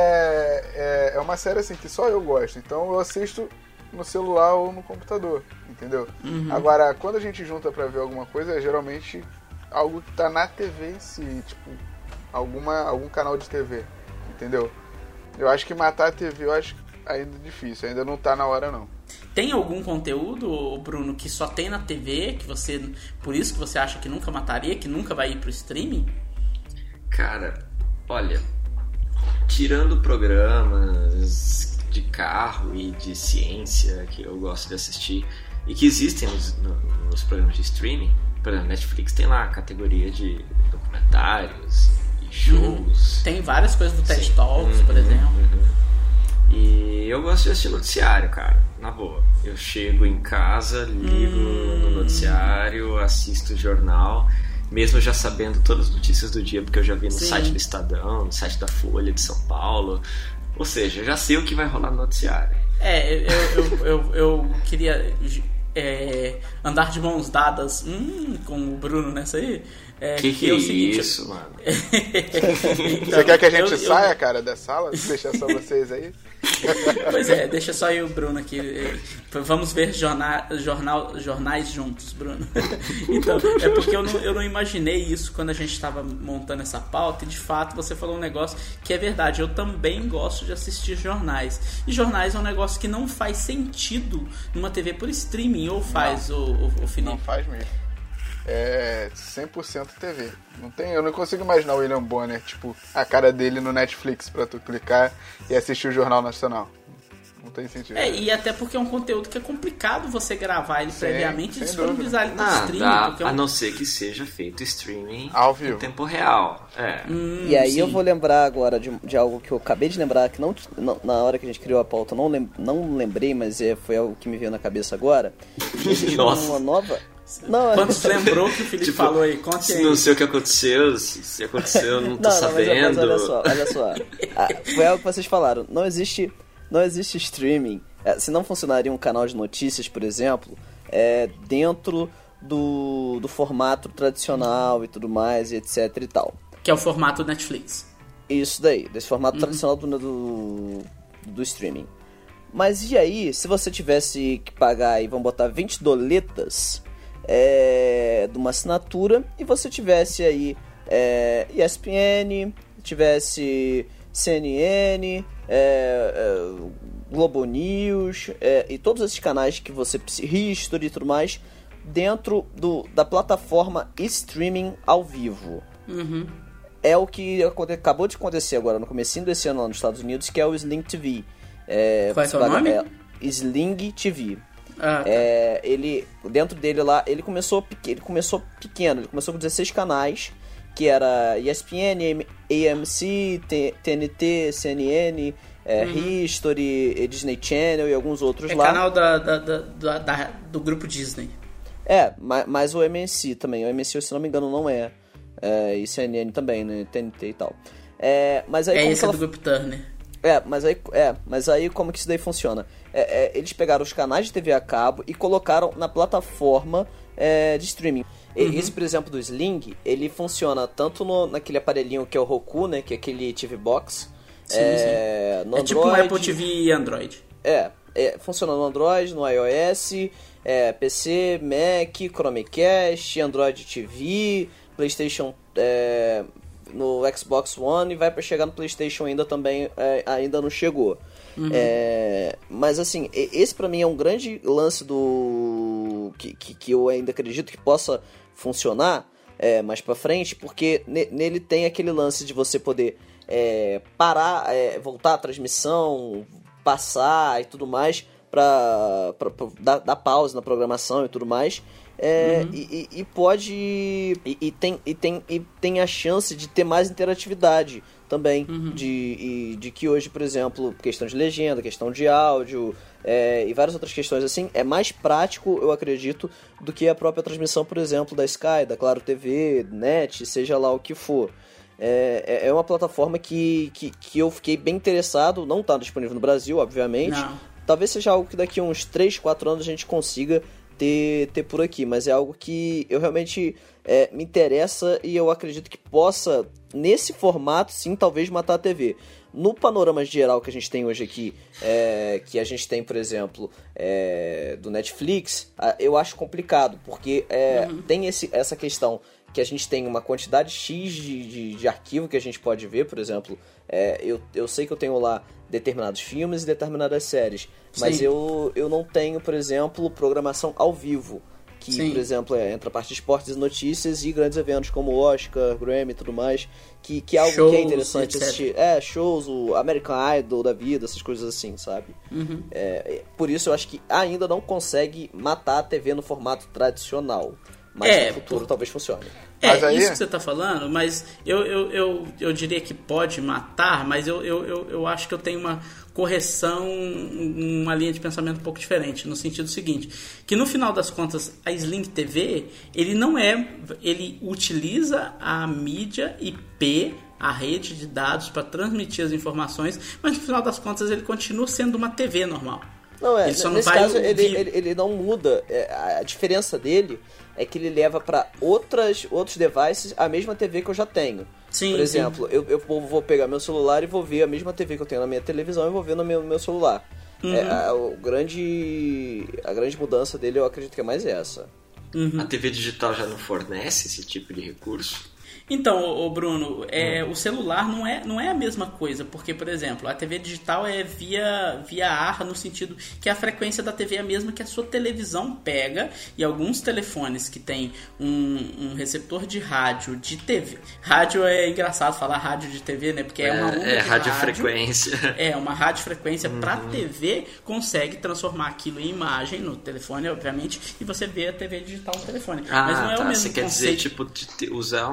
Speaker 4: é uma série assim que só eu gosto. Então eu assisto no celular ou no computador, entendeu? Agora, quando a gente junta pra ver alguma coisa, é geralmente algo que tá na TV em si. Tipo, algum canal de TV, entendeu? Eu acho que matar a TV, eu acho ainda difícil, ainda não tá na hora não.
Speaker 1: Tem algum conteúdo, Bruno, que só tem na TV, que você, por isso que você acha que nunca mataria, que nunca vai ir pro streaming?
Speaker 2: Cara, olha, tirando programas de carro e de ciência que eu gosto de assistir e que existem nos programas de streaming, por exemplo, Netflix tem lá a categoria de documentários e shows.
Speaker 1: Tem várias coisas do TED Talks, por exemplo.
Speaker 2: E eu gosto de assistir noticiário, cara, na boa. Eu chego em casa, ligo no noticiário, assisto o jornal, mesmo já sabendo todas as notícias do dia, porque eu já vi no site do Estadão, no site da Folha de São Paulo. Ou seja, eu já sei o que vai rolar no noticiário.
Speaker 1: Eu queria andar de mãos dadas com o Bruno nessa aí.
Speaker 2: Que é o seguinte, isso, mano?
Speaker 4: Então, você quer que a gente saia, cara, da sala? Deixar só vocês aí?
Speaker 1: Pois é, deixa só eu e o Bruno aqui. Vamos ver jornais juntos, Bruno. Então, é porque eu não imaginei isso quando a gente estava montando essa pauta. E de fato você falou um negócio que é verdade. Eu também gosto de assistir jornais. E jornais é um negócio que não faz sentido numa TV por streaming. Ou faz, o Felipe?
Speaker 4: Não faz mesmo. É 100% TV. Eu não consigo imaginar o William Bonner, tipo, a cara dele no Netflix pra tu clicar e assistir o Jornal Nacional. Não tem sentido.
Speaker 1: E até porque é um conteúdo que é complicado você gravar ele previamente e disponibilizar ele no streaming.
Speaker 2: A não ser que seja feito streaming
Speaker 4: ao vivo,
Speaker 2: em tempo real.
Speaker 5: E aí eu vou lembrar agora de algo que eu acabei de lembrar, que não, na hora que a gente criou a pauta não lembrei, mas foi algo que me veio na cabeça agora.
Speaker 2: Nossa.
Speaker 5: Uma nova...
Speaker 1: Quando você lembrou que o Felipe falou aí? Conte aí.
Speaker 2: Não sei o que aconteceu, se aconteceu, eu não tô sabendo.
Speaker 5: Mas olha só. Foi algo que vocês falaram. Não existe streaming. Se não funcionaria um canal de notícias, por exemplo, dentro do formato tradicional e tudo mais, e etc e tal.
Speaker 1: Que é o formato Netflix.
Speaker 5: Isso daí, desse formato tradicional do streaming. Mas e aí, se você tivesse que pagar aí, vamos botar 20 doletas de uma assinatura, e você tivesse aí ESPN, tivesse CNN, Globo News e todos esses canais que você precisa, History e tudo mais, dentro da plataforma streaming ao vivo. É o que acabou de acontecer agora no comecinho desse ano lá nos Estados Unidos, que é o Sling TV.
Speaker 1: Qual é o seu nome?
Speaker 5: Sling TV.
Speaker 1: Tá.
Speaker 5: Ele, dentro dele lá, ele começou pequeno, ele começou com 16 canais, que era ESPN, AMC, TNT, CNN, History, Disney Channel e alguns outros lá.
Speaker 1: Canal do grupo Disney.
Speaker 5: Mas o MNC também. O MNC, se não me engano, não é. E CNN também, né? TNT e tal. Mas aí,
Speaker 1: esse do grupo Turner.
Speaker 5: Mas aí como que isso daí funciona? Eles pegaram os canais de TV a cabo e colocaram na plataforma de streaming. Esse, por exemplo, do Sling, ele funciona tanto naquele aparelhinho que é o Roku, né? Que é aquele TV Box.
Speaker 1: Sim.
Speaker 5: No Android,
Speaker 1: tipo um Apple TV e Android.
Speaker 5: Funciona no Android, no iOS, PC, Mac, Chromecast, Android TV, PlayStation, no Xbox One, e vai para chegar no PlayStation ainda também, ainda não chegou. Mas assim, esse pra mim é um grande lance que eu ainda acredito que possa funcionar mais pra frente, porque nele tem aquele lance de você poder parar, voltar a transmissão, passar e tudo mais, pra dar pausa na programação e tudo mais. E pode. E tem a chance de ter mais interatividade também. De que hoje, por exemplo, questão de legenda, questão de áudio e várias outras questões assim, é mais prático, eu acredito, do que a própria transmissão, por exemplo, da Sky, da Claro TV, NET, seja lá o que for. É uma plataforma que eu fiquei bem interessado. Não está disponível no Brasil, obviamente.
Speaker 1: Não.
Speaker 5: Talvez seja algo que daqui a uns 3, 4 anos a gente consiga ter por aqui, mas é algo que eu realmente me interessa, e eu acredito que possa, nesse formato, sim, talvez matar a TV. No panorama geral que a gente tem hoje aqui, que a gente tem, por exemplo, do Netflix, eu acho complicado, porque tem essa questão que a gente tem uma quantidade X de arquivo que a gente pode ver, por exemplo. Eu sei que eu tenho lá determinados filmes e determinadas séries, mas eu não tenho, por exemplo, programação ao vivo, que, por exemplo, entra a parte de esportes e notícias e grandes eventos como o Oscar, Grammy e tudo mais, que é algo shows, que é interessante assistir. Shows, o American Idol da vida, essas coisas assim, sabe? Por isso eu acho que ainda não consegue matar a TV no formato tradicional, mas no futuro talvez funcione.
Speaker 4: Mas aí...
Speaker 1: isso que você tá falando, mas eu diria que pode matar, mas eu acho que eu tenho uma correção, uma linha de pensamento um pouco diferente, no sentido seguinte, que no final das contas a Sling TV, ele utiliza a mídia IP, a rede de dados para transmitir as informações, mas no final das contas ele continua sendo uma TV normal.
Speaker 5: Não, nesse caso ele não muda. A diferença dele é que ele leva para outros devices a mesma TV que eu já tenho.
Speaker 1: Sim,
Speaker 5: por exemplo, eu vou pegar meu celular e vou ver a mesma TV que eu tenho na minha televisão e vou ver no meu celular. A grande mudança dele, eu acredito que é mais essa.
Speaker 2: A TV digital já não fornece esse tipo de recurso?
Speaker 1: Então, Bruno, o celular não é a mesma coisa, porque, por exemplo, a TV digital é via ar, no sentido que a frequência da TV é a mesma que a sua televisão pega, e alguns telefones que tem um receptor de rádio de TV. Rádio é engraçado falar rádio de TV, né? Porque é uma onda de
Speaker 2: radiofrequência.
Speaker 1: Uma radiofrequência para TV, consegue transformar aquilo em imagem no telefone, obviamente, e você vê a TV digital no telefone. Mas não é o mesmo
Speaker 2: você quer
Speaker 1: conceito.
Speaker 2: dizer, tipo, de usar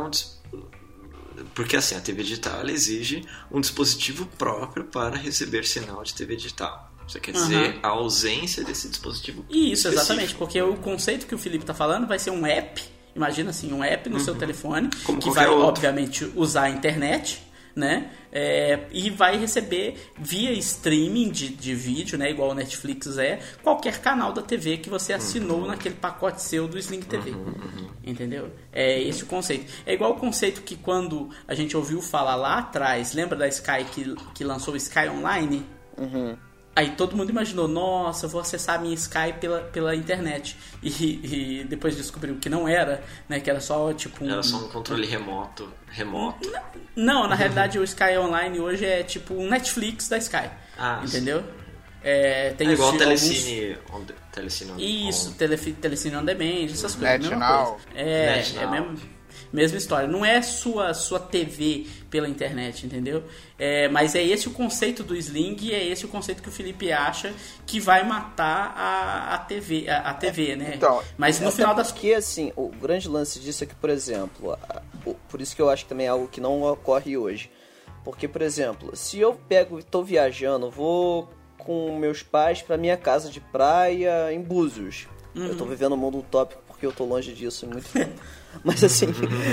Speaker 2: porque assim, a TV digital ela exige um dispositivo próprio para receber sinal de TV digital. Você quer dizer a ausência desse dispositivo
Speaker 1: Isso,
Speaker 2: específico.
Speaker 1: Exatamente, porque o conceito que o Felipe está falando vai ser um app, imagina assim, um app no seu telefone,
Speaker 2: como
Speaker 1: que vai,
Speaker 2: outro.
Speaker 1: obviamente, usar a internet, né? E vai receber via streaming de vídeo, né? Igual o Netflix qualquer canal da TV que você assinou naquele pacote seu do Sling TV. Entendeu? É esse o conceito. É igual o conceito que quando a gente ouviu falar lá atrás, lembra da Sky que lançou o Sky Online? Aí todo mundo imaginou, nossa, eu vou acessar a minha Sky pela internet. E depois descobriu que não era, né? Que era só tipo
Speaker 2: Era só um controle remoto.
Speaker 1: Não, na realidade o Sky Online hoje é tipo um Netflix da Sky. Entendeu? Tem
Speaker 2: igual o
Speaker 1: Telecine
Speaker 2: Telecine
Speaker 1: Isso, Telecine On Demand, essas coisas.
Speaker 4: NetNow.
Speaker 1: É mesmo. Mesma história. Não é sua TV pela internet, entendeu? Mas é esse o conceito do Sling e é esse o conceito que o Felipe acha que vai matar a TV, né?
Speaker 4: Então,
Speaker 1: mas no final das...
Speaker 5: Porque, assim, o grande lance disso é que, por exemplo, por isso que eu acho que também é algo que não ocorre hoje. Porque, por exemplo, se eu tô viajando, vou com meus pais pra minha casa de praia em Búzios. Eu tô vivendo um mundo utópico porque eu tô longe disso há muito tempo. Mas assim,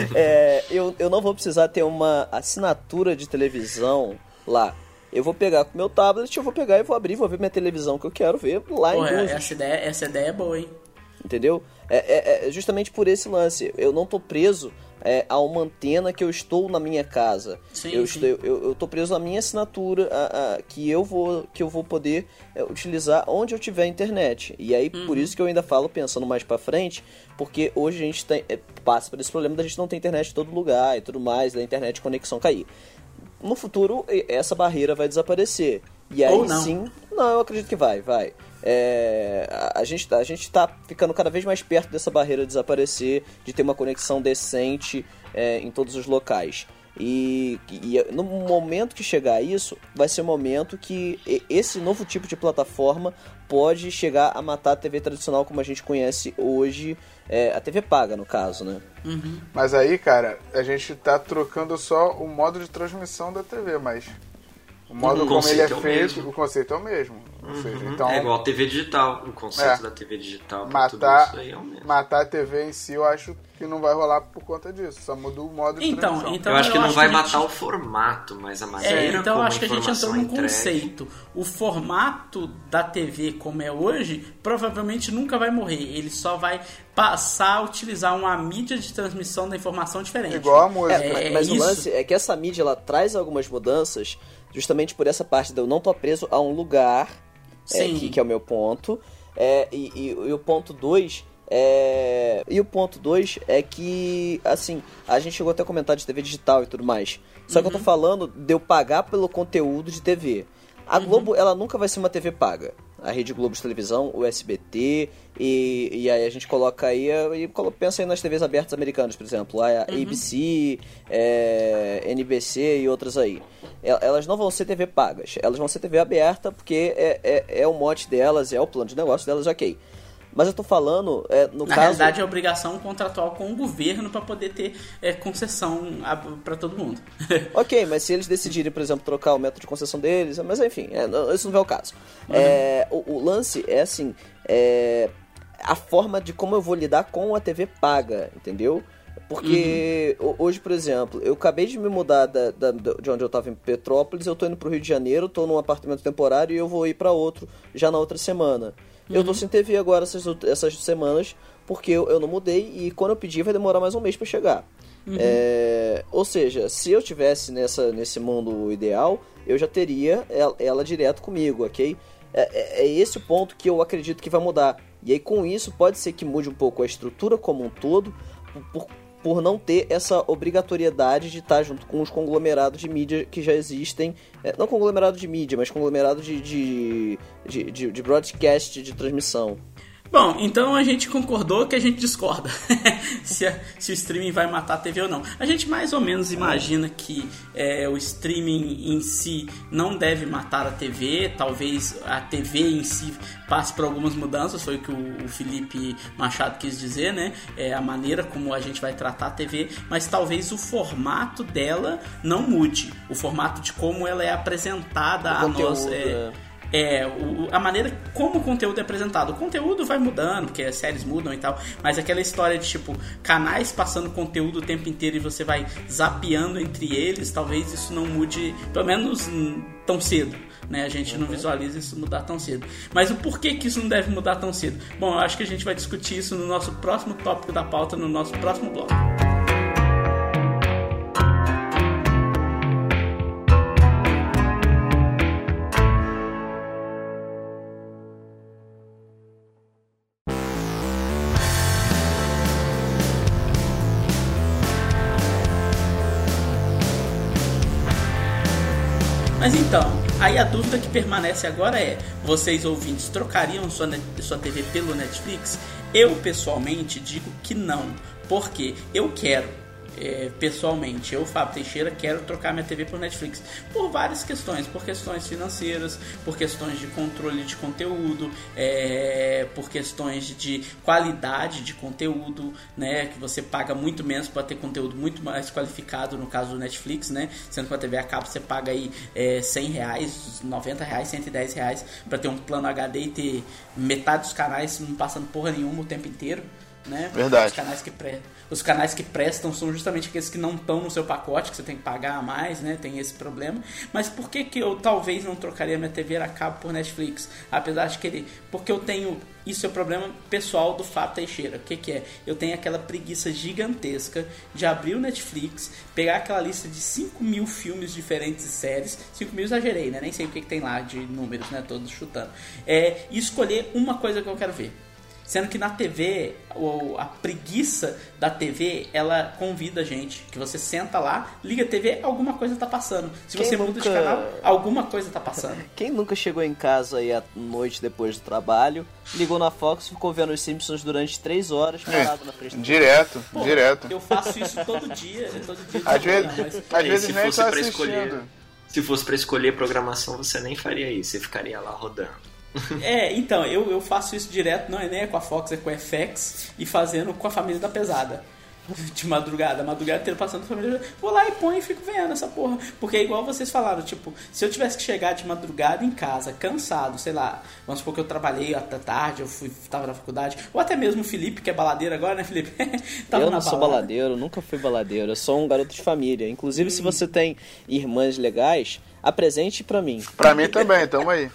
Speaker 5: eu não vou precisar ter uma assinatura de televisão lá. Eu vou pegar com o meu tablet, eu vou pegar e vou abrir, vou ver minha televisão que eu quero ver lá em Búzios.
Speaker 1: Essa ideia é boa, hein?
Speaker 5: Entendeu? É justamente por esse lance. Eu não tô preso a uma antena que eu estou na minha casa.
Speaker 1: Sim,
Speaker 5: eu tô preso à minha assinatura que eu vou poder utilizar onde eu tiver internet. E aí, por isso que eu ainda falo pensando mais pra frente, porque hoje a gente passa por esse problema da gente não ter internet em todo lugar e tudo mais, da internet conexão cair. No futuro, essa barreira vai desaparecer. E aí sim... Não, eu acredito que vai. A gente tá ficando cada vez mais perto dessa barreira desaparecer, de ter uma conexão decente em todos os locais. E no momento que chegar a isso, vai ser o momento que esse novo tipo de plataforma pode chegar a matar a TV tradicional como a gente conhece hoje, a TV paga, no caso, né?
Speaker 1: Uhum.
Speaker 4: Mas aí, cara, a gente tá trocando só o modo de transmissão da TV, mas o modo como ele é feito, o conceito é o mesmo. Ou seja, então,
Speaker 2: é igual a TV digital, o conceito da TV digital. Tudo isso aí é o mesmo.
Speaker 4: Matar a TV em si, eu acho que não vai rolar por conta disso. Só muda o modo de transmissão.
Speaker 2: Então eu acho que não vai matar o formato, mas a maneira
Speaker 1: então
Speaker 2: como
Speaker 1: eu acho que a gente entrou num
Speaker 2: entregue.
Speaker 1: conceito. O formato da TV como é hoje, provavelmente nunca vai morrer. Ele só vai passar a utilizar uma mídia de transmissão da informação diferente.
Speaker 4: Igual a música.
Speaker 5: Mas o lance é que essa mídia ela traz algumas mudanças justamente por essa parte de eu não estar preso a um lugar, que é o meu ponto. E o ponto 2 é que, assim, a gente chegou até a comentar de TV digital e tudo mais. Só que eu tô falando de eu pagar pelo conteúdo de TV. A Globo, ela nunca vai ser uma TV paga. A Rede Globo de televisão, o SBT, e aí a gente coloca aí, pensa aí nas TVs abertas americanas, por exemplo, a ABC, NBC e outras aí. Elas não vão ser TV pagas, elas vão ser TV aberta porque é o mote delas, é o plano de negócio delas, ok. Mas eu tô falando, no
Speaker 1: Na
Speaker 5: caso...
Speaker 1: realidade, é obrigação contratual com o governo para poder ter concessão para todo mundo.
Speaker 5: Ok, mas se eles decidirem, por exemplo, trocar o método de concessão deles... Mas enfim, isso não é o caso. O lance é assim... a forma de como eu vou lidar com a TV paga, entendeu? Porque hoje, por exemplo, eu acabei de me mudar de onde eu estava em Petrópolis, eu tô indo pro Rio de Janeiro, tô num apartamento temporário e eu vou ir para outro já na outra semana. Eu tô sem TV agora essas semanas, porque eu não mudei e quando eu pedir vai demorar mais um mês para chegar. Ou seja, se eu tivesse nesse mundo ideal, eu já teria ela direto comigo, ok? É esse o ponto que eu acredito que vai mudar. E aí com isso pode ser que mude um pouco a estrutura como um todo, por não ter essa obrigatoriedade de estar junto com os conglomerados de mídia que já existem. Não conglomerado de mídia, mas conglomerado de broadcast, de transmissão.
Speaker 1: Bom, então a gente concordou que a gente discorda se o streaming vai matar a TV ou não. A gente mais ou menos imagina que o streaming em si não deve matar a TV, talvez a TV em si passe por algumas mudanças, foi o que o Felipe Machado quis dizer, né? A maneira como a gente vai tratar a TV, mas talvez o formato dela não mude, o formato de como ela é apresentada a nós... a maneira como o conteúdo é apresentado. O conteúdo vai mudando, porque as séries mudam e tal, mas aquela história de tipo canais passando conteúdo o tempo inteiro e você vai zapeando entre eles, talvez isso não mude, pelo menos tão cedo, né? A gente não visualiza isso mudar tão cedo. Mas o porquê que isso não deve mudar tão cedo? Bom, eu acho que a gente vai discutir isso no nosso próximo tópico da pauta, no nosso próximo bloco. Mas então, aí a dúvida que permanece agora é: vocês ouvintes trocariam sua TV pelo Netflix? Eu pessoalmente digo que não, porque eu quero pessoalmente, eu, Fábio Teixeira, quero trocar minha TV por Netflix por várias questões, por questões financeiras, por questões de controle de conteúdo, por questões de qualidade de conteúdo, né, que você paga muito menos para ter conteúdo muito mais qualificado, no caso do Netflix, né, sendo que a TV a cabo você paga aí R$100, R$90, R$110 para ter um plano HD e ter metade dos canais não passando porra nenhuma o tempo inteiro, né?
Speaker 4: Verdade.
Speaker 1: Os canais que prestam são justamente aqueles que não estão no seu pacote, que você tem que pagar a mais, né? Tem esse problema. Mas por que eu talvez não trocaria minha TV a cabo por Netflix? Apesar de querer. Porque eu tenho... Isso é o problema pessoal do Fábio Teixeira. O que é? Eu tenho aquela preguiça gigantesca de abrir o Netflix, pegar aquela lista de 5 mil filmes diferentes e séries. 5 mil exagerei, né? Nem sei o que tem lá de números, né? Todos chutando. E escolher uma coisa que eu quero ver. Sendo que na TV, a preguiça da TV, ela convida a gente. Que você senta lá, liga a TV, alguma coisa tá passando. Se você muda de canal, alguma coisa tá passando.
Speaker 5: Quem nunca chegou em casa aí à noite depois do trabalho, ligou na Fox e ficou vendo os Simpsons durante 3 horas parado na frente.
Speaker 4: Direto.
Speaker 1: Eu faço isso todo dia.
Speaker 4: Às vezes nem tá assistindo.
Speaker 2: Se fosse pra escolher programação, você nem faria isso. Você ficaria lá rodando.
Speaker 1: Então, eu faço isso direto, não é nem com a Fox, é com a FX e fazendo com a Família da Pesada. De madrugada inteira passando família, vou lá e ponho e fico vendo essa porra. Porque é igual vocês falaram, tipo, se eu tivesse que chegar de madrugada em casa, cansado, sei lá, vamos supor que eu trabalhei até tarde, tava na faculdade, ou até mesmo o Felipe, que é baladeiro agora, né, Felipe?
Speaker 5: Eu não sou baladeiro, nunca fui baladeiro, eu sou um garoto de família. Inclusive, se você tem irmãs legais, apresente pra mim.
Speaker 4: Pra mim também, tamo aí.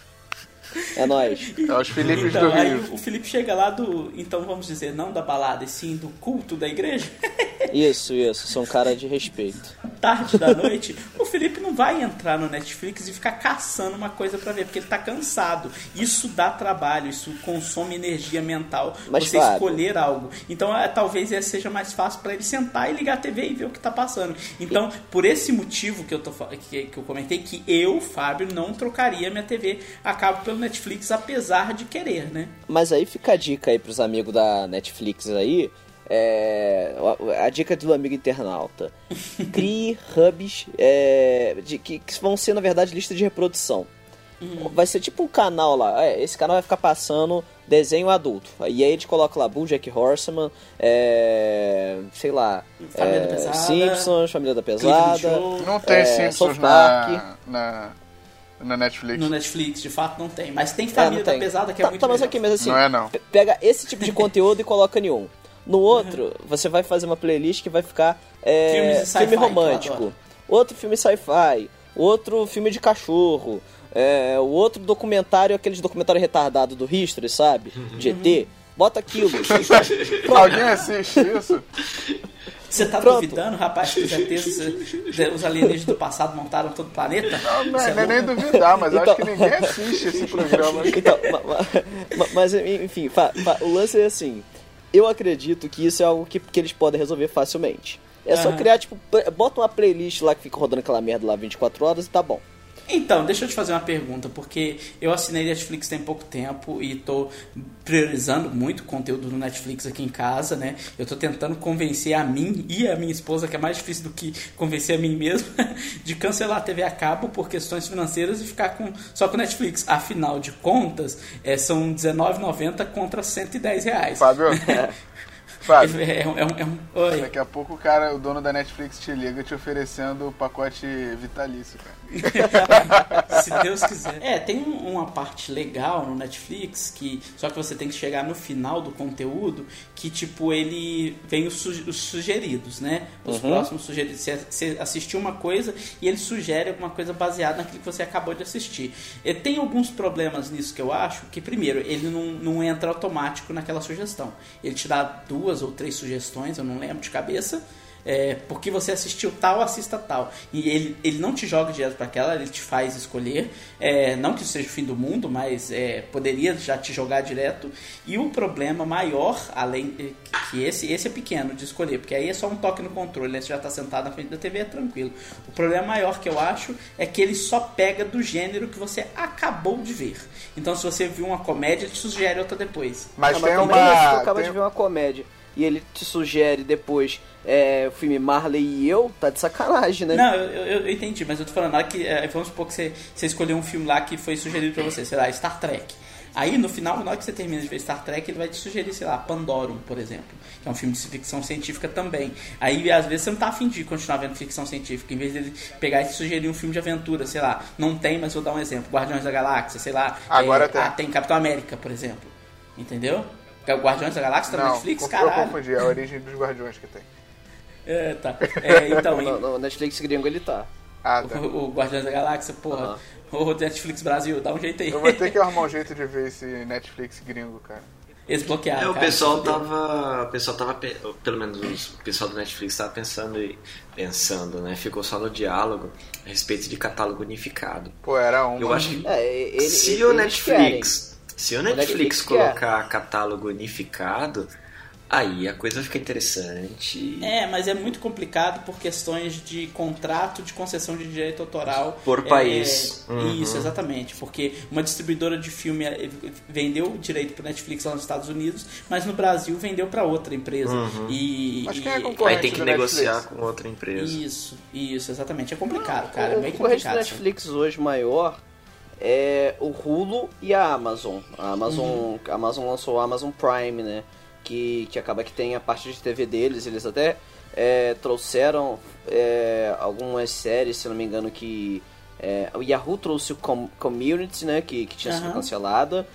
Speaker 5: É nóis.
Speaker 4: É os Filipes
Speaker 1: então,
Speaker 4: do Rio.
Speaker 1: Aí o Felipe chega lá então vamos dizer, não da balada, e sim do culto da igreja.
Speaker 5: Isso, sou um cara de respeito.
Speaker 1: Tarde da noite, o Felipe não vai entrar no Netflix e ficar caçando uma coisa pra ver, porque ele tá cansado. Isso dá trabalho, isso consome energia mental,
Speaker 5: mas
Speaker 1: você escolher algo. Então talvez seja mais fácil pra ele sentar e ligar a TV e ver o que tá passando. Então, por esse motivo que eu comentei, que eu, Fábio, não trocaria minha TV a cabo pelo Netflix, apesar de querer, né?
Speaker 5: Mas aí fica a dica aí pros amigos da Netflix aí, a dica do amigo internauta: crie hubs que vão ser, na verdade, lista de reprodução. Vai ser tipo um canal lá, esse canal vai ficar passando desenho adulto, e aí a gente coloca lá BoJack Horseman, sei lá,
Speaker 1: Família da Pesada,
Speaker 5: Simpsons, Família da Pesada.
Speaker 4: Não tem Simpsons na Netflix.
Speaker 1: No Netflix, de fato, não tem. Mas tem Família da Pesada, que é muito
Speaker 5: mas
Speaker 1: melhor.
Speaker 5: aqui, mas assim,
Speaker 4: não é não.
Speaker 5: Pega esse tipo de conteúdo e coloca em um. No outro, você vai fazer uma playlist que vai ficar filme romântico, outro filme sci-fi, outro filme de cachorro, o outro documentário, aqueles documentário retardado do History, sabe? De ET. Bota aquilo.
Speaker 4: Alguém assiste isso?
Speaker 1: Você tá duvidando, rapaz, que os alienígenas do passado montaram todo o planeta?
Speaker 4: Não é nem duvidar, mas eu acho que ninguém assiste esse programa.
Speaker 5: Então, mas enfim, o lance é assim: eu acredito que isso é algo que eles podem resolver facilmente. É só criar, tipo, bota uma playlist lá que fica rodando aquela merda lá 24 horas e tá bom.
Speaker 1: Então, deixa eu te fazer uma pergunta, porque eu assinei Netflix tem pouco tempo e tô priorizando muito conteúdo no Netflix aqui em casa, né? Eu tô tentando convencer a mim e a minha esposa, que é mais difícil do que convencer a mim mesmo, de cancelar a TV a cabo por questões financeiras e ficar só com Netflix. Afinal de contas, são R$19,90 contra R$110.
Speaker 4: Fábio, Fábio,
Speaker 1: Oi.
Speaker 4: Daqui a pouco o dono da Netflix te liga te oferecendo o pacote vitalício, cara.
Speaker 1: Se Deus quiser. Tem uma parte legal no Netflix, só que você tem que chegar no final do conteúdo, que tipo, ele vem os sugeridos, né? Os próximos sugeridos. Você assistiu uma coisa e ele sugere alguma coisa baseada naquilo que você acabou de assistir. Tem alguns problemas nisso que eu acho, que primeiro, ele não entra automático naquela sugestão. Ele te dá 2 ou 3 sugestões, eu não lembro de cabeça, porque você assistiu tal, assista tal. E ele não te joga direto para aquela, ele te faz escolher. Não que isso seja o fim do mundo, mas poderia já te jogar direto. E o problema maior, além que esse é pequeno de escolher, porque aí é só um toque no controle, né? Você já está sentado na frente da TV, é tranquilo. O problema maior que eu acho é que ele só pega do gênero que você acabou de ver. Então, se você viu uma comédia, ele te sugere outra depois.
Speaker 5: Mas tem uma... Tu acaba de ver uma comédia. e ele te sugere depois o filme Marley e Eu, tá de sacanagem, né?
Speaker 1: Não, eu entendi, mas eu tô falando lá que vamos supor que você escolheu um filme lá que foi sugerido pra você, sei lá, Star Trek. Aí no final, na hora que você termina de ver Star Trek, ele vai te sugerir, sei lá, Pandorum, por exemplo, que é um filme de ficção científica também. Aí às vezes você não tá afim de continuar vendo ficção científica, em vez dele pegar e te sugerir um filme de aventura, sei lá, não tem, mas vou dar um exemplo, Guardiões da Galáxia, sei lá.
Speaker 4: Agora
Speaker 1: tem Capitão América, por exemplo. Entendeu? Guardiões da Galáxia tá na Netflix, caralho.
Speaker 4: Eu confundi, é a origem dos Guardiões que tem.
Speaker 5: Tá.
Speaker 1: Então...
Speaker 5: no Netflix gringo ele tá.
Speaker 4: Ah, tá.
Speaker 1: O Guardiões da Galáxia, porra. O Netflix Brasil, dá um jeito aí.
Speaker 4: Eu vou ter que arrumar um jeito de ver esse Netflix gringo, cara.
Speaker 1: Eles bloquearam,
Speaker 2: o pessoal tava, pelo menos o pessoal do Netflix tava pensando, né? Ficou só no diálogo a respeito de catálogo unificado.
Speaker 4: Pô, era um.
Speaker 2: Eu acho que se
Speaker 5: o
Speaker 2: o Netflix colocar catálogo unificado, aí a coisa fica interessante.
Speaker 1: Mas é muito complicado por questões de contrato de concessão de direito autoral.
Speaker 2: Por país.
Speaker 1: Isso, exatamente. Porque uma distribuidora de filme vendeu o direito para Netflix lá nos Estados Unidos, mas no Brasil vendeu para outra empresa.
Speaker 4: Mas quem é concorrente?
Speaker 2: Aí tem que negociar com outra empresa.
Speaker 1: Isso, exatamente. É complicado, cara.
Speaker 5: O concorrente do Netflix hoje maior é o Hulu e a Amazon. A Amazon lançou o Amazon Prime, né? Que acaba que tem a parte de TV deles. Eles até trouxeram algumas séries, se não me engano, que o Yahoo trouxe o Community, né, que tinha sido cancelada.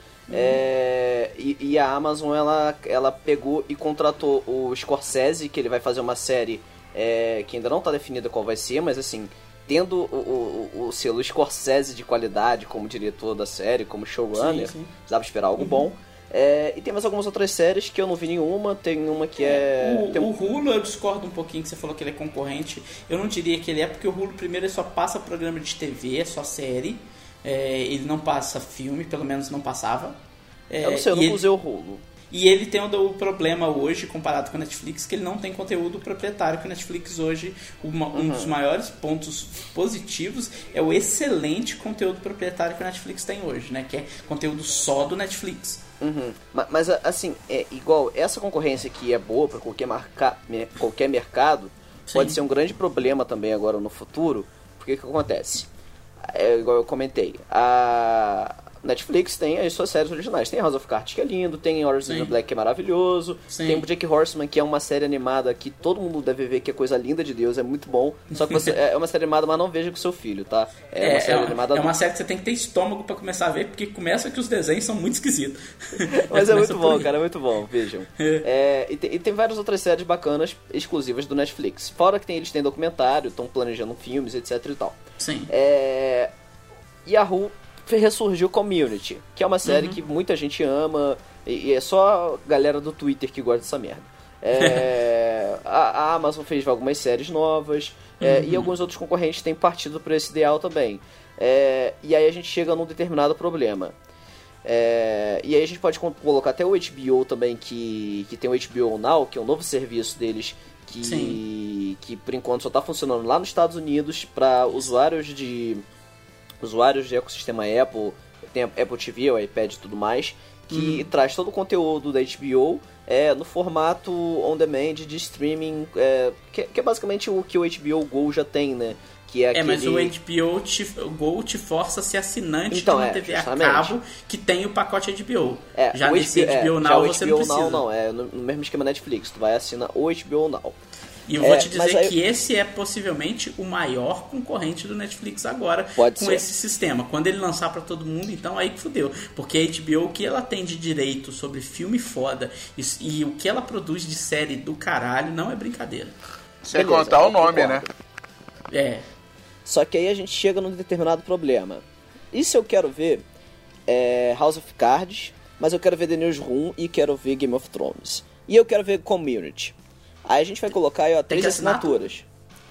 Speaker 5: E a Amazon ela pegou e contratou o Scorsese, que ele vai fazer uma série que ainda não está definida qual vai ser, mas assim, tendo o selo Scorsese de qualidade como diretor da série, como showrunner, dá pra esperar algo bom. E tem mais algumas outras séries que eu não vi nenhuma. Tem uma que
Speaker 1: o Hulu, eu discordo um pouquinho que você falou que ele é concorrente. Eu não diria que ele é, porque o Hulu primeiro ele só passa programa de TV, é só série. Ele não passa filme, pelo menos não passava.
Speaker 5: Eu não sei, eu não usei o Hulu.
Speaker 1: E ele tem o problema hoje, comparado com a Netflix, que ele não tem conteúdo proprietário, que a Netflix hoje, um dos maiores pontos positivos é o excelente conteúdo proprietário que a Netflix tem hoje, né? Que é conteúdo só do Netflix.
Speaker 5: Mas assim, igual essa concorrência que é boa para qualquer mercado, pode ser um grande problema também agora no futuro, porque o que acontece? Igual eu comentei, a Netflix tem as suas séries originais. Tem House of Cards, que é lindo, tem Orange is the Black, que é maravilhoso, tem o Jack Horseman, que é uma série animada que todo mundo deve ver, que é coisa linda de Deus, é muito bom. Só que é uma série animada, mas não veja com seu filho, tá? Uma série animada
Speaker 1: uma série que você tem que ter estômago pra começar a ver, porque começa que os desenhos são muito esquisitos.
Speaker 5: Mas é muito bom, cara, é muito bom, vejam. E tem várias outras séries bacanas, exclusivas do Netflix. Fora que eles têm documentário, estão planejando filmes, etc e tal.
Speaker 1: Sim.
Speaker 5: Yahoo ressurgiu Community, que é uma série que muita gente ama, e é só a galera do Twitter que gosta dessa merda. A Amazon fez algumas séries novas, e alguns outros concorrentes têm partido para esse ideal também. E aí a gente chega num determinado problema. E aí a gente pode colocar até o HBO também, que tem o HBO Now, que é um novo serviço deles, que por enquanto só está funcionando lá nos Estados Unidos para usuários de ecossistema Apple. Tem a Apple TV, o iPad e tudo mais, que traz todo o conteúdo da HBO no formato on demand de streaming, que é basicamente o que o HBO Go já tem, né? Que é
Speaker 1: mas o HBO Go te força a ser assinante de uma TV justamente a cabo que tem o pacote HBO. Já nesse HBO Now você não precisa.
Speaker 5: Não, é no mesmo esquema Netflix, tu vai assinar o HBO Now.
Speaker 1: E eu vou te dizer que esse é possivelmente o maior concorrente do Netflix agora com esse sistema. Quando ele lançar pra todo mundo, então aí que fudeu. Porque a HBO, o que ela tem de direito sobre filme foda e o que ela produz de série do caralho não é brincadeira.
Speaker 4: Sem contar o nome, né?
Speaker 5: Só que aí a gente chega num determinado problema. E se eu quero ver House of Cards, mas eu quero ver The Newsroom e quero ver Game of Thrones. E eu quero ver Community. Aí a gente vai colocar 3 assinaturas.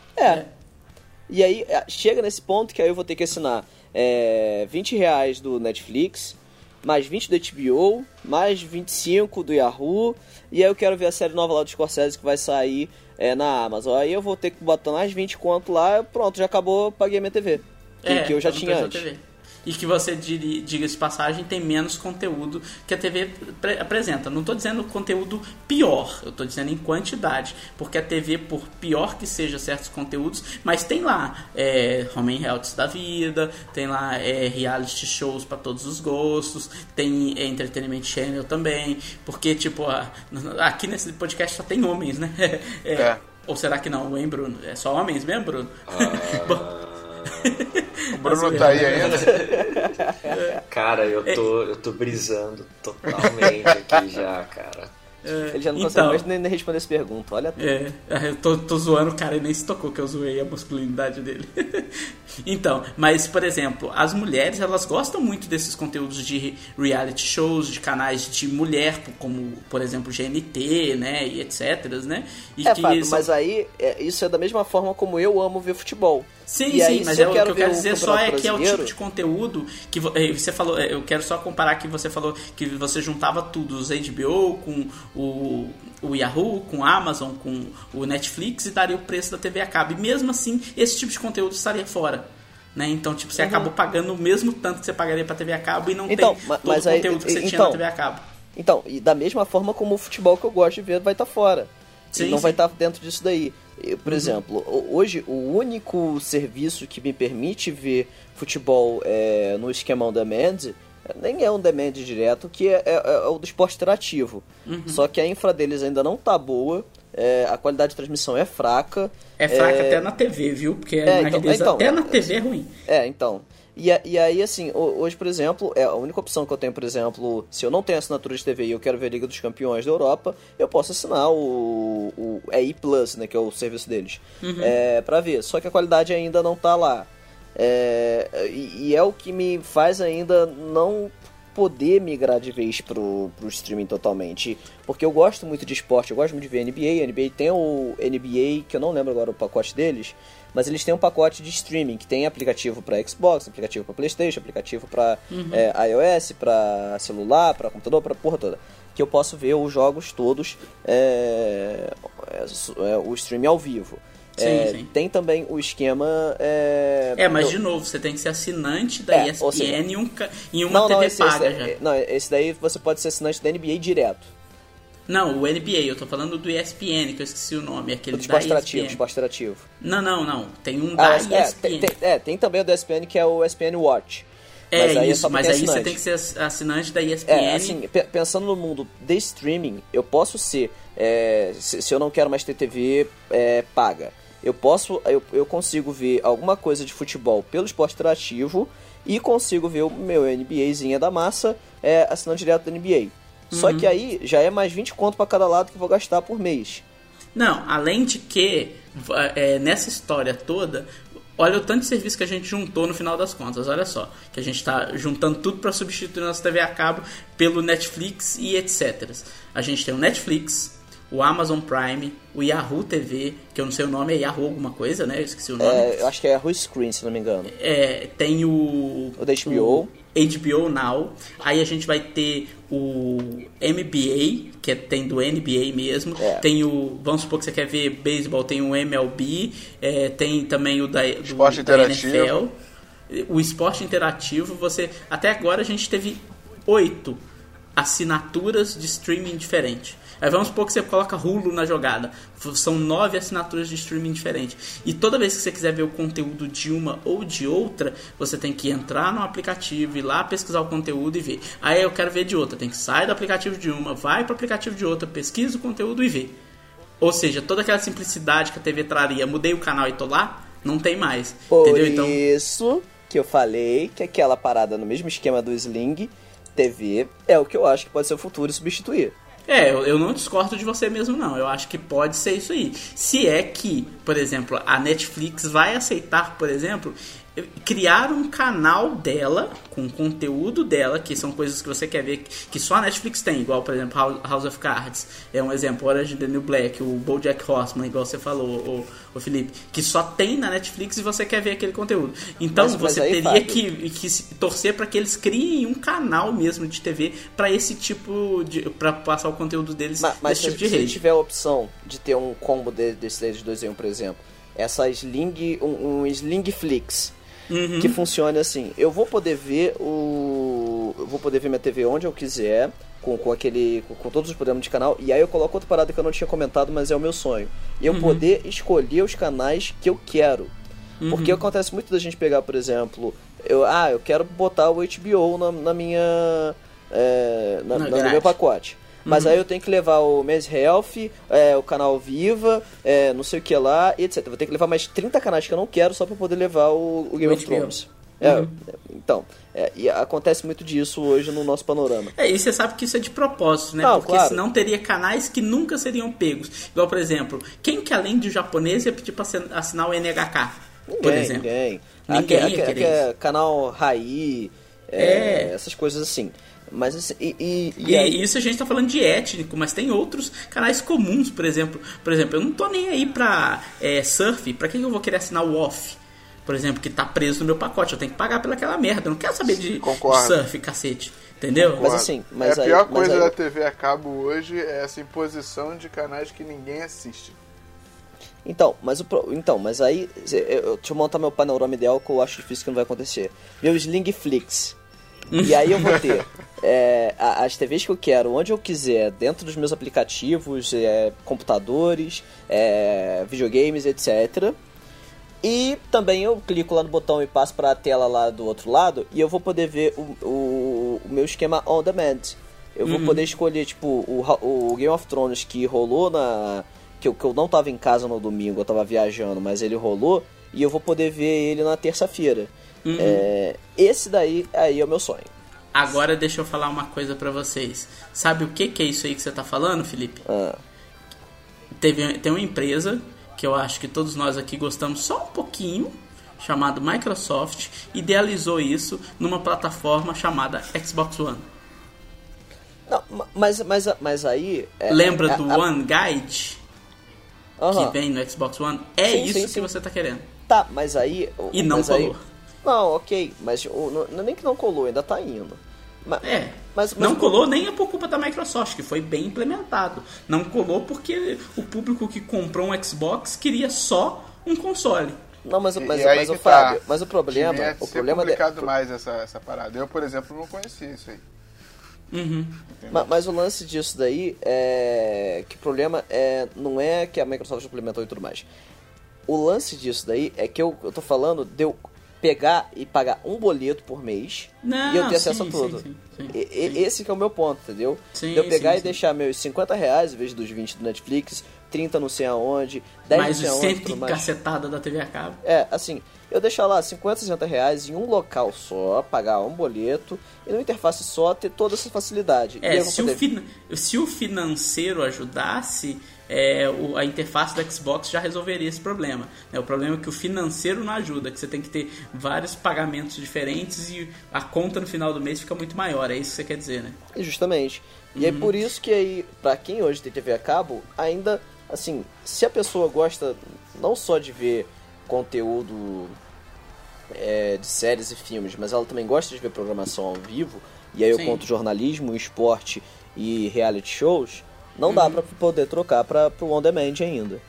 Speaker 5: E aí chega nesse ponto que aí eu vou ter que assinar R$20 do Netflix, mais 20 do HBO, mais 25 do Yahoo, e aí eu quero ver a série nova lá do Scorsese que vai sair na Amazon. Aí eu vou ter que botar mais 20 conto lá, pronto, já acabou, paguei minha TV. Que eu já tinha antes.
Speaker 1: e que você, diga-se de passagem, tem menos conteúdo que a TV apresenta. Não estou dizendo conteúdo pior, eu estou dizendo em quantidade, porque a TV, por pior que seja certos conteúdos, mas tem lá home and health da vida, tem lá reality shows para todos os gostos, tem Entertainment Channel também, porque tipo, aqui nesse podcast só tem homens, né? Ou será que não, hein, Bruno? É só homens mesmo, Bruno?
Speaker 4: O Bruno tá aí ainda?
Speaker 2: Cara, eu tô brisando totalmente aqui já, cara.
Speaker 5: Ele já não consegue mais nem responder essa pergunta, olha tudo.
Speaker 1: Eu tô zoando o cara e nem se tocou que eu zoei a masculinidade dele. Então, mas, por exemplo, as mulheres, elas gostam muito desses conteúdos de reality shows, de canais de mulher, como, por exemplo, GNT, né, e etc, né? E
Speaker 5: Fábio, mas aí, isso é da mesma forma como eu amo ver futebol.
Speaker 1: Sim, mas o que eu quero dizer só é que é o tipo de conteúdo que você falou. Eu quero só comparar que você falou que você juntava tudo, os HBO com o Yahoo, com o Amazon, com o Netflix, e daria o preço da TV a cabo. E mesmo assim, esse tipo de conteúdo estaria fora. Né? Então, tipo, você acabou pagando o mesmo tanto que você pagaria pra TV a cabo e não tem todo o conteúdo que você tinha na TV a cabo.
Speaker 5: Então, e da mesma forma como o futebol que eu gosto de ver vai estar fora. Sim, não vai estar dentro disso daí. Por exemplo, hoje o único serviço que me permite ver futebol no esquema on demand, nem é um demand direto, que é o do esporte interativo. Só que a infra deles ainda não tá boa, a qualidade de transmissão é fraca.
Speaker 1: É fraca até na TV, viu? Porque a imagem deles até na TV é ruim.
Speaker 5: Então... E aí, assim, hoje, por exemplo, a única opção que eu tenho, por exemplo, se eu não tenho assinatura de TV e eu quero ver a Liga dos Campeões da Europa, eu posso assinar o EI Plus, né, que é o serviço deles, pra ver. Só que a qualidade ainda não tá lá. E é o que me faz ainda não poder migrar de vez pro streaming totalmente. Porque eu gosto muito de esporte, eu gosto muito de ver NBA. A NBA tem o NBA, que eu não lembro agora o pacote deles, mas eles têm um pacote de streaming que tem aplicativo para Xbox, aplicativo para PlayStation, aplicativo para iOS, para celular, para computador, para porra toda. Que eu posso ver os jogos todos, o streaming ao vivo.
Speaker 1: Sim.
Speaker 5: Tem também o esquema...
Speaker 1: mas de novo, você tem que ser assinante da ESPN seja, em uma TV paga já.
Speaker 5: Não, esse daí você pode ser assinante da NBA direto.
Speaker 1: Não, o NBA, eu tô falando do ESPN, que eu esqueci o nome, aquele
Speaker 5: da ESPN. Esporte interativo.
Speaker 1: Não, tem um da ESPN.
Speaker 5: Tem também o da ESPN, que é o ESPN Watch.
Speaker 1: Mas aí você tem que ser assinante da ESPN.
Speaker 5: Assim, pensando no mundo de streaming, eu posso ser, se eu não quero mais ter TV paga, eu consigo ver alguma coisa de futebol pelo esporte interativo e consigo ver o meu NBAzinha da massa assinando direto da NBA. Só que aí já é mais 20 conto pra cada lado que eu vou gastar por mês.
Speaker 1: Não, além de que nessa história toda, olha o tanto de serviço que a gente juntou no final das contas. Olha só, que a gente tá juntando tudo para substituir nossa TV a cabo pelo Netflix e etc. A gente tem o Netflix, o Amazon Prime, o Yahoo TV, que eu não sei o nome, é Yahoo alguma coisa, né? Eu esqueci o nome.
Speaker 5: Eu acho que é Yahoo Screen, se não me engano.
Speaker 1: Tem o
Speaker 5: da HBO.
Speaker 1: HBO Now. Aí a gente vai ter o NBA, que tem do NBA mesmo. Tem vamos supor que você quer ver beisebol, tem o MLB. Tem também o da NFL. O esporte interativo, até agora a gente teve 8 assinaturas de streaming diferentes. Aí vamos supor que você coloca Hulu na jogada. São 9 assinaturas de streaming diferentes. E toda vez que você quiser ver o conteúdo de uma ou de outra, você tem que entrar no aplicativo, ir lá pesquisar o conteúdo e ver. Aí eu quero ver de outra. Tem que sair do aplicativo de uma, vai para o aplicativo de outra, pesquisa o conteúdo e vê. Ou seja, toda aquela simplicidade que a TV traria, mudei o canal e tô lá, não tem mais. Entendeu? Então,
Speaker 5: isso que eu falei, que aquela parada no mesmo esquema do Sling TV é o que eu acho que pode ser o futuro e substituir.
Speaker 1: Eu não discordo de você mesmo, não. Eu acho que pode ser isso aí. Se é que, por exemplo, a Netflix vai aceitar, por exemplo, criar um canal dela, com conteúdo dela, que são coisas que você quer ver, que só a Netflix tem, igual, por exemplo, House of Cards, é um exemplo, Orange is the New Black, o BoJack Horseman, igual você falou, o Felipe, que só tem na Netflix e você quer ver aquele conteúdo. Então, você teria que torcer para que eles criem um canal mesmo de TV para esse tipo de... para passar o conteúdo deles nesse tipo de rede.
Speaker 5: Se tiver a opção de ter um combo desses dois em um, por exemplo, essa um Slingflix, que funcione assim. Eu vou poder ver minha TV onde eu quiser, com todos os programas de canal, e aí eu coloco outra parada que eu não tinha comentado, mas é o meu sonho. E eu poder escolher os canais que eu quero. Porque acontece muito da gente pegar, por exemplo, eu quero botar o HBO no meu pacote. Mas aí eu tenho que levar o Men's Health, o canal Viva, não sei o que lá, etc. Vou ter que levar mais 30 canais que eu não quero só pra poder levar o Game of Thrones. Então, e acontece muito disso hoje no nosso panorama.
Speaker 1: E você sabe que isso é de propósito, né?
Speaker 5: Não,
Speaker 1: porque
Speaker 5: claro.
Speaker 1: senão teria canais que nunca seriam pegos. Igual, por exemplo, quem que além de japonês ia pedir pra assinar o NHK? Por exemplo.
Speaker 5: Ninguém ia querer canal Rai, essas coisas assim. Mas assim, e aí...
Speaker 1: isso a gente tá falando de étnico, mas tem outros canais comuns, por exemplo. Eu não tô nem aí pra surf. Pra que eu vou querer assinar o off? Por exemplo, que tá preso no meu pacote. Eu tenho que pagar pelaquela merda. Eu não quero saber de surf, cacete. Entendeu?
Speaker 5: Mas assim,
Speaker 4: a pior coisa da TV a cabo hoje é essa imposição de canais que ninguém assiste.
Speaker 5: Então, mas aí deixa eu montar meu panorama ideal, que eu acho difícil que não vai acontecer. Meu Slingflix. E aí eu vou ter as TVs que eu quero, onde eu quiser, dentro dos meus aplicativos, computadores, videogames, etc. E também eu clico lá no botão e passo para a tela lá do outro lado, e eu vou poder ver o meu esquema on demand. Eu vou poder escolher, tipo, o Game of Thrones que rolou que eu não tava em casa no domingo, eu tava viajando, mas ele rolou, e eu vou poder ver ele na terça-feira. Esse daí aí é o meu sonho.
Speaker 1: Agora deixa eu falar uma coisa pra vocês. Sabe o que é isso aí que você tá falando, Felipe? Tem uma empresa que eu acho que todos nós aqui gostamos só um pouquinho, chamado Microsoft, idealizou isso numa plataforma chamada Xbox One.
Speaker 5: Não, mas aí...
Speaker 1: Lembra do One Guide? Que vem no Xbox One? Sim. Que você tá querendo.
Speaker 5: Tá, mas aí...
Speaker 1: E não colou.
Speaker 5: Não, ok, mas não é nem que não colou, ainda tá indo. Mas
Speaker 1: não colou nem é por culpa da Microsoft, que foi bem implementado. Não colou porque o público que comprou um Xbox queria só um console.
Speaker 5: Não, mas Fábio, mas o problema...
Speaker 4: O problema é complicado mais essa parada. Eu, por exemplo, não conhecia isso aí.
Speaker 5: Mas o lance disso daí é que o problema não é que a Microsoft implementou e tudo mais. O lance disso daí é que eu tô falando de eu pegar e pagar um boleto por mês e eu ter acesso a tudo. Sim. Esse que é o meu ponto, entendeu? De eu pegar e deixar meus R$50 em vez dos 20 do Netflix, 30 não sei aonde, 10
Speaker 1: mais
Speaker 5: não sei aonde, tudo mais.
Speaker 1: Cacetada da TV a cabo.
Speaker 5: Assim, eu deixar lá R$50, R$60 em um local só, pagar um boleto e numa interface só ter toda essa facilidade.
Speaker 1: Se o financeiro ajudasse, a interface da Xbox já resolveria esse problema. O problema é que o financeiro não ajuda, que você tem que ter vários pagamentos diferentes e a conta no final do mês fica muito maior. É isso que você quer dizer, né?
Speaker 5: Justamente. E é por isso que aí, pra quem hoje tem TV a cabo, ainda, assim, se a pessoa gosta não só de ver conteúdo de séries e filmes, mas ela também gosta de ver programação ao vivo, e aí eu conto jornalismo, esporte e reality shows, não dá pra poder trocar pro on demand ainda.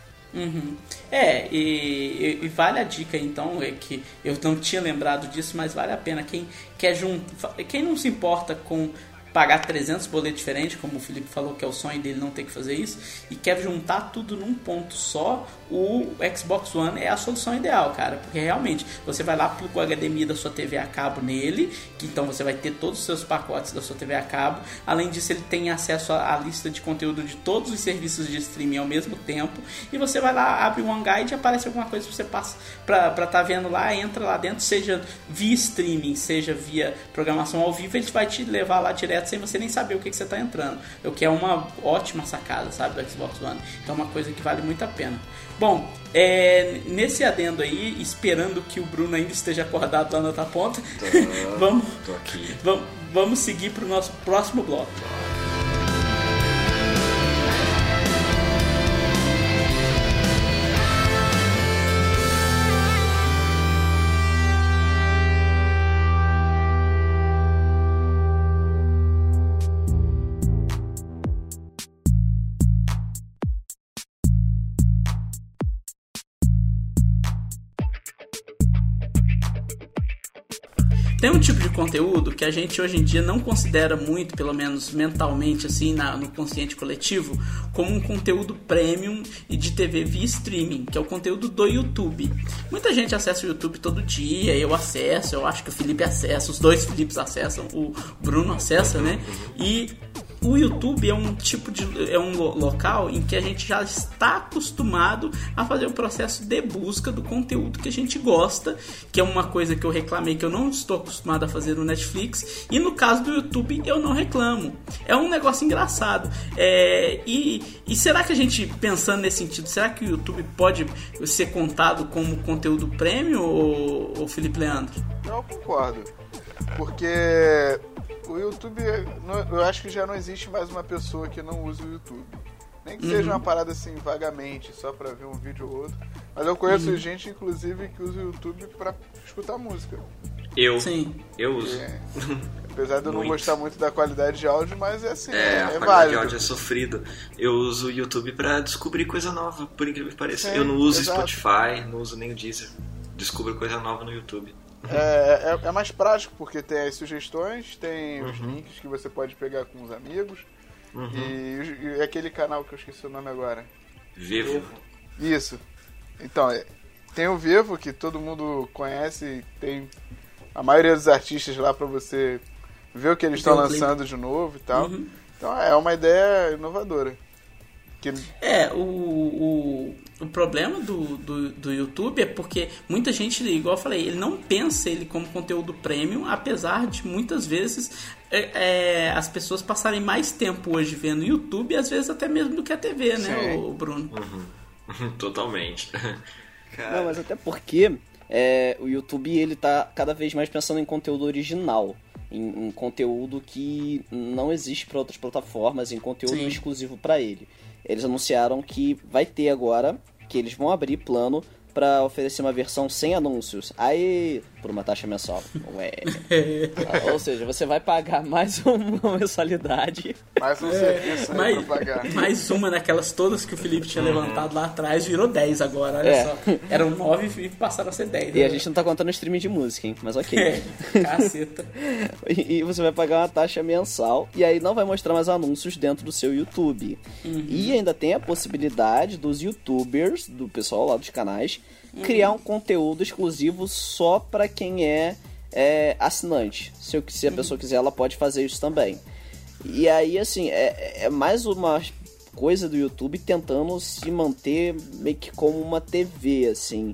Speaker 1: E vale a dica então, que eu não tinha lembrado disso, mas vale a pena. Quem não se importa com pagar 300 boletos diferentes, como o Felipe falou que é o sonho dele não ter que fazer isso, e quer juntar tudo num ponto só, o Xbox One é a solução ideal, cara, porque realmente você vai lá, pluga o HDMI da sua TV a cabo nele, que então você vai ter todos os seus pacotes da sua TV a cabo. Além disso, ele tem acesso à lista de conteúdo de todos os serviços de streaming ao mesmo tempo, e você vai lá, abre o One Guide e aparece alguma coisa que você passa pra tá vendo lá, entra lá dentro, seja via streaming, seja via programação ao vivo, ele vai te levar lá direto sem você nem saber o que você está entrando, o que é uma ótima sacada, sabe, do Xbox One. Então é uma coisa que vale muito a pena. Bom, nesse adendo aí, esperando que o Bruno ainda esteja acordado lá na outra ponta, vamos seguir para o nosso próximo bloco. Tem um tipo de conteúdo que a gente hoje em dia não considera muito, pelo menos mentalmente, assim, no consciente coletivo, como um conteúdo premium e de TV via streaming, que é o conteúdo do YouTube. Muita gente acessa o YouTube todo dia, eu acesso, eu acho que o Felipe acessa, os dois Filipes acessam, o Bruno acessa, né? E o YouTube é um local em que a gente já está acostumado a fazer o processo de busca do conteúdo que a gente gosta, que é uma coisa que eu reclamei que eu não estou acostumado a fazer no Netflix, e no caso do YouTube eu não reclamo. É um negócio engraçado. E será que a gente, pensando nesse sentido, será que o YouTube pode ser contado como conteúdo premium, ou Felipe Leandro?
Speaker 4: Eu concordo, porque o YouTube, eu acho que já não existe mais uma pessoa que não usa o YouTube. Nem que seja uma parada assim, vagamente, só pra ver um vídeo ou outro. Mas eu conheço gente, inclusive, que usa o YouTube pra escutar música.
Speaker 1: Sim.
Speaker 2: Eu uso.
Speaker 4: Apesar de eu não gostar muito da qualidade de áudio, mas é assim, é
Speaker 2: a qualidade
Speaker 4: válido.
Speaker 2: de áudio é sofrido. Eu uso o YouTube pra descobrir coisa nova, por incrível que pareça.
Speaker 4: Sim,
Speaker 2: eu não uso
Speaker 4: exato.
Speaker 2: Spotify, não uso nem o Deezer. Descubro coisa nova no YouTube.
Speaker 4: É mais prático, porque tem as sugestões, tem os links que você pode pegar com os amigos. E aquele canal que eu esqueci o nome agora.
Speaker 2: Vevo.
Speaker 4: Isso. Então, tem o Vevo, que todo mundo conhece, tem a maioria dos artistas lá pra você ver o que eles estão lançando de novo e tal. Então é uma ideia inovadora.
Speaker 1: O problema do YouTube é porque muita gente, igual eu falei, ele não pensa ele como conteúdo premium, apesar de muitas vezes as pessoas passarem mais tempo hoje vendo YouTube, às vezes até mesmo do que a TV, né, o Bruno?
Speaker 2: Totalmente.
Speaker 5: Não, mas até porque o YouTube ele tá cada vez mais pensando em conteúdo original. Em conteúdo que não existe para outras plataformas, em conteúdo exclusivo para ele. Eles anunciaram que vai ter agora, que eles vão abrir plano para oferecer uma versão sem anúncios. Aí, por uma taxa mensal. Ou seja, você vai pagar mais uma mensalidade.
Speaker 4: Mais um serviço aí pra pagar.
Speaker 1: Mais uma daquelas todas que o Felipe tinha levantado lá atrás, virou 10 agora, olha só. Eram 9 e passaram a ser 10.
Speaker 5: E a gente não tá contando streaming de música, hein? Mas ok.
Speaker 1: Caceta.
Speaker 5: E você vai pagar uma taxa mensal e aí não vai mostrar mais anúncios dentro do seu YouTube. E ainda tem a possibilidade dos YouTubers, do pessoal lá dos canais, criar um conteúdo exclusivo só pra quem é assinante. Se a pessoa quiser, ela pode fazer isso também. E aí, assim, é mais uma coisa do YouTube tentando se manter meio que como uma TV, assim.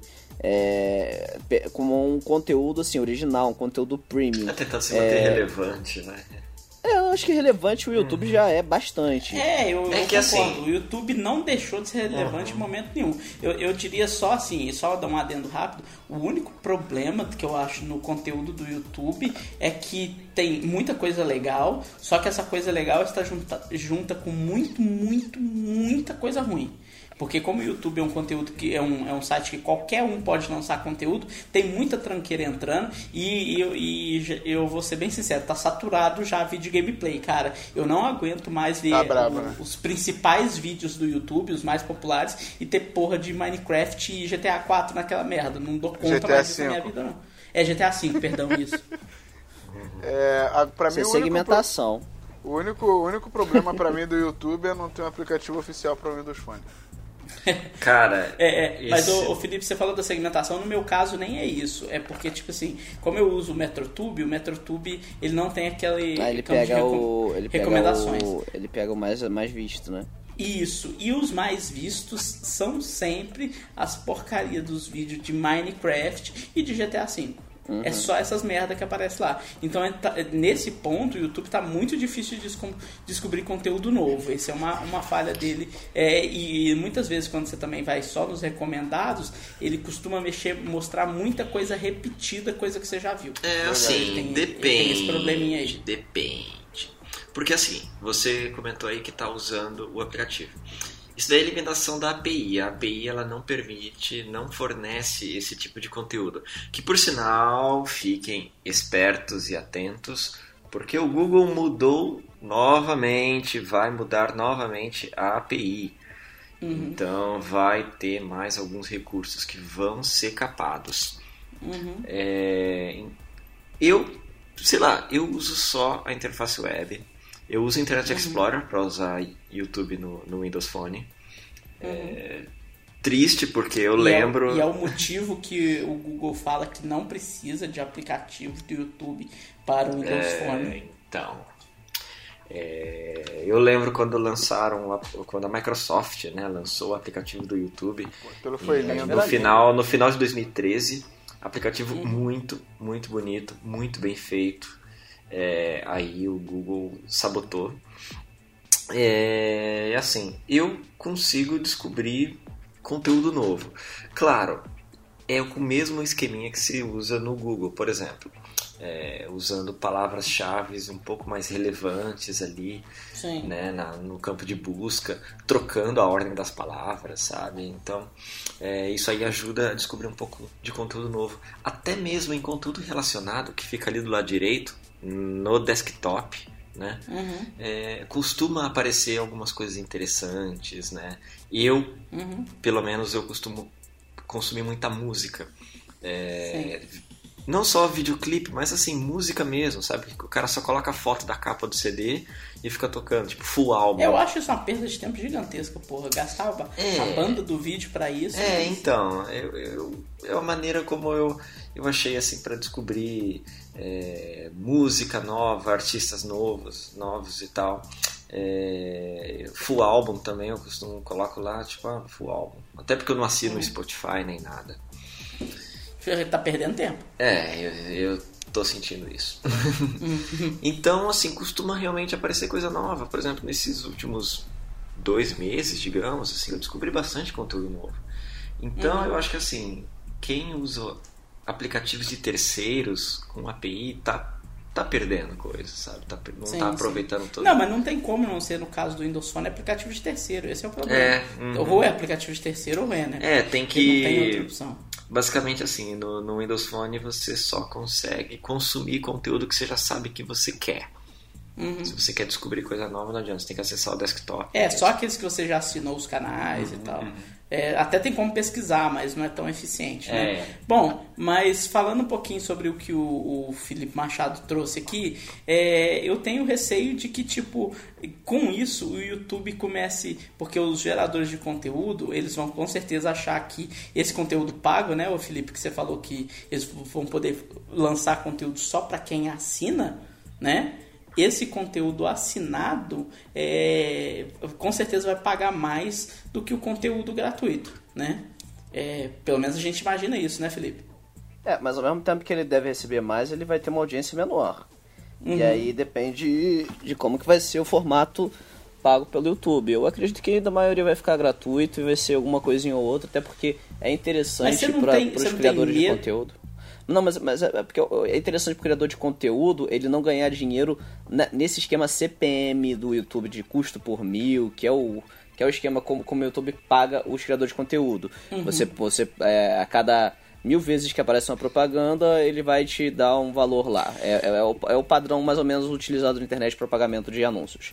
Speaker 5: Como um conteúdo, assim, original, um conteúdo premium.
Speaker 2: Tentando se manter relevante, né?
Speaker 5: Eu acho que relevante o YouTube já é bastante.
Speaker 1: Eu
Speaker 2: que
Speaker 1: concordo.
Speaker 2: assim,
Speaker 1: O YouTube não deixou de ser relevante em momento nenhum. Eu diria só assim, só dar um adendo rápido, o único problema que eu acho no conteúdo do YouTube é que tem muita coisa legal, só que essa coisa legal está junta com muita coisa ruim. Porque como o YouTube é um conteúdo que é um site que qualquer um pode lançar conteúdo, tem muita tranqueira entrando e eu vou ser bem sincero, tá saturado já vídeo gameplay, cara. Eu não aguento mais ver os principais vídeos do YouTube, os mais populares, e ter porra de Minecraft e GTA 4 naquela merda. Não dou conta mais disso na minha vida, não. GTA 5, perdão, isso.
Speaker 4: Pra mim,
Speaker 5: segmentação.
Speaker 4: O único problema pra mim do YouTube é não ter um aplicativo oficial pra Windows Phone.
Speaker 2: Cara,
Speaker 1: mas o Felipe, você falou da segmentação, no meu caso nem é isso, é porque tipo assim, como eu uso o MetroTube ele não tem aquele recomendações.
Speaker 5: Ele pega o mais visto, né?
Speaker 1: Isso, e os mais vistos são sempre as porcarias dos vídeos de Minecraft e de GTA V. É só essas merda que aparece lá. Então, nesse ponto, o YouTube tá muito difícil de descobrir conteúdo novo. Essa é uma falha dele. E muitas vezes, quando você também vai só nos recomendados, ele costuma mostrar muita coisa repetida, coisa que você já viu.
Speaker 2: Assim, depende.
Speaker 1: Tem esse probleminha aí.
Speaker 2: Depende. Porque assim, você comentou aí que tá usando o aplicativo. Isso daí é limitação da API. A API ela não permite, não fornece esse tipo de conteúdo. Que por sinal, fiquem espertos e atentos, porque o Google mudou novamente, vai mudar novamente a API. Então vai ter mais alguns recursos que vão ser capados. sei lá, eu uso só a interface web. Eu uso o Internet Explorer para usar YouTube no Windows Phone. Triste, porque eu lembro...
Speaker 1: E é o motivo que o Google fala que não precisa de aplicativo do YouTube para o Windows Phone.
Speaker 2: Então... eu lembro quando a Microsoft, né, lançou o aplicativo do YouTube.
Speaker 4: Aquilo foi lindo.
Speaker 2: No final de 2013, aplicativo muito, muito bonito, muito bem feito. Aí o Google sabotou. Assim, eu consigo descobrir conteúdo novo. Claro, é o mesmo esqueminha que se usa no Google, por exemplo. Usando palavras-chave um pouco mais relevantes ali, né, no campo de busca, trocando a ordem das palavras, sabe? Então, isso aí ajuda a descobrir um pouco de conteúdo novo. Até mesmo em conteúdo relacionado, que fica ali do lado direito, no desktop, né? Costuma aparecer algumas coisas interessantes, né? Pelo menos, eu costumo consumir muita música. Não só videoclipe, mas assim, música mesmo, sabe? O cara só coloca a foto da capa do CD e fica tocando, tipo, full álbum.
Speaker 1: Eu acho isso uma perda de tempo gigantesca, porra. Gastar a banda do vídeo pra isso.
Speaker 2: Então, é uma maneira como eu achei, assim, pra descobrir música nova, artistas novos e tal. Full álbum também, eu costumo coloco lá, tipo, full álbum. Até porque eu não assino Spotify nem nada.
Speaker 1: Ele tá perdendo tempo.
Speaker 2: Eu tô sentindo isso. Então, assim, costuma realmente aparecer coisa nova. Por exemplo, nesses últimos 2 meses, digamos, assim, eu descobri bastante conteúdo novo. Então, eu acho que, assim, quem usa aplicativos de terceiros com API tá perdendo coisa, sabe? Não tá aproveitando tudo.
Speaker 1: Não, mas não tem como não ser, no caso do Windows Phone, aplicativo de terceiro. Esse é o problema. Ou é aplicativo de terceiro ou né?
Speaker 2: Tem que...
Speaker 1: Não tem outra opção.
Speaker 2: Basicamente assim, no Windows Phone você só consegue consumir conteúdo que você já sabe que você quer. Se você quer descobrir coisa nova, não adianta, você tem que acessar o desktop.
Speaker 1: Só aqueles que você já assinou os canais e tal. Até tem como pesquisar, mas não é tão eficiente, né? Bom, mas falando um pouquinho sobre o que o Felipe Machado trouxe aqui, eu tenho receio de que, tipo, com isso o YouTube comece, porque os geradores de conteúdo, eles vão com certeza achar que esse conteúdo pago, né, o Felipe, que você falou que eles vão poder lançar conteúdo só para quem assina, né? Esse conteúdo assinado com certeza vai pagar mais do que o conteúdo gratuito, né? Pelo menos a gente imagina isso, né, Felipe?
Speaker 5: Mas ao mesmo tempo que ele deve receber mais, ele vai ter uma audiência menor. E aí depende de como que vai ser o formato pago pelo YouTube. Eu acredito que a maioria vai ficar gratuito e vai ser alguma coisinha ou outra, até porque é interessante para os criadores de conteúdo. Não, mas é porque é interessante pro criador de conteúdo ele não ganhar dinheiro nesse esquema CPM do YouTube de custo por mil, que é o esquema como o YouTube paga os criadores de conteúdo. Você a cada 1000 vezes que aparece uma propaganda, ele vai te dar um valor lá. É o padrão mais ou menos utilizado na internet para pagamento de anúncios.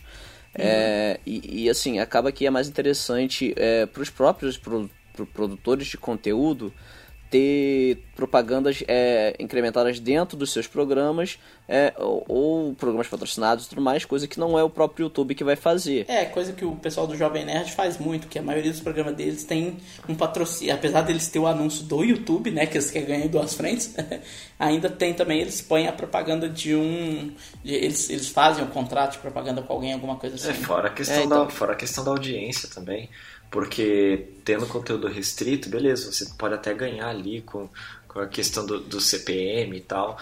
Speaker 5: E assim, acaba que é mais interessante para os próprios produtores de conteúdo ter propagandas incrementadas dentro dos seus programas ou programas patrocinados e tudo mais, coisa que não é o próprio YouTube que vai fazer.
Speaker 1: Coisa que o pessoal do Jovem Nerd faz muito, que a maioria dos programas deles tem um patrocínio, apesar deles ter o anúncio do YouTube, né, que eles querem ganhar em 2 frentes, ainda tem também, eles põem a propaganda eles fazem um contrato de propaganda com alguém, alguma coisa assim.
Speaker 2: Fora a questão da audiência também. Porque tendo conteúdo restrito, beleza, você pode até ganhar ali com a questão do CPM e tal,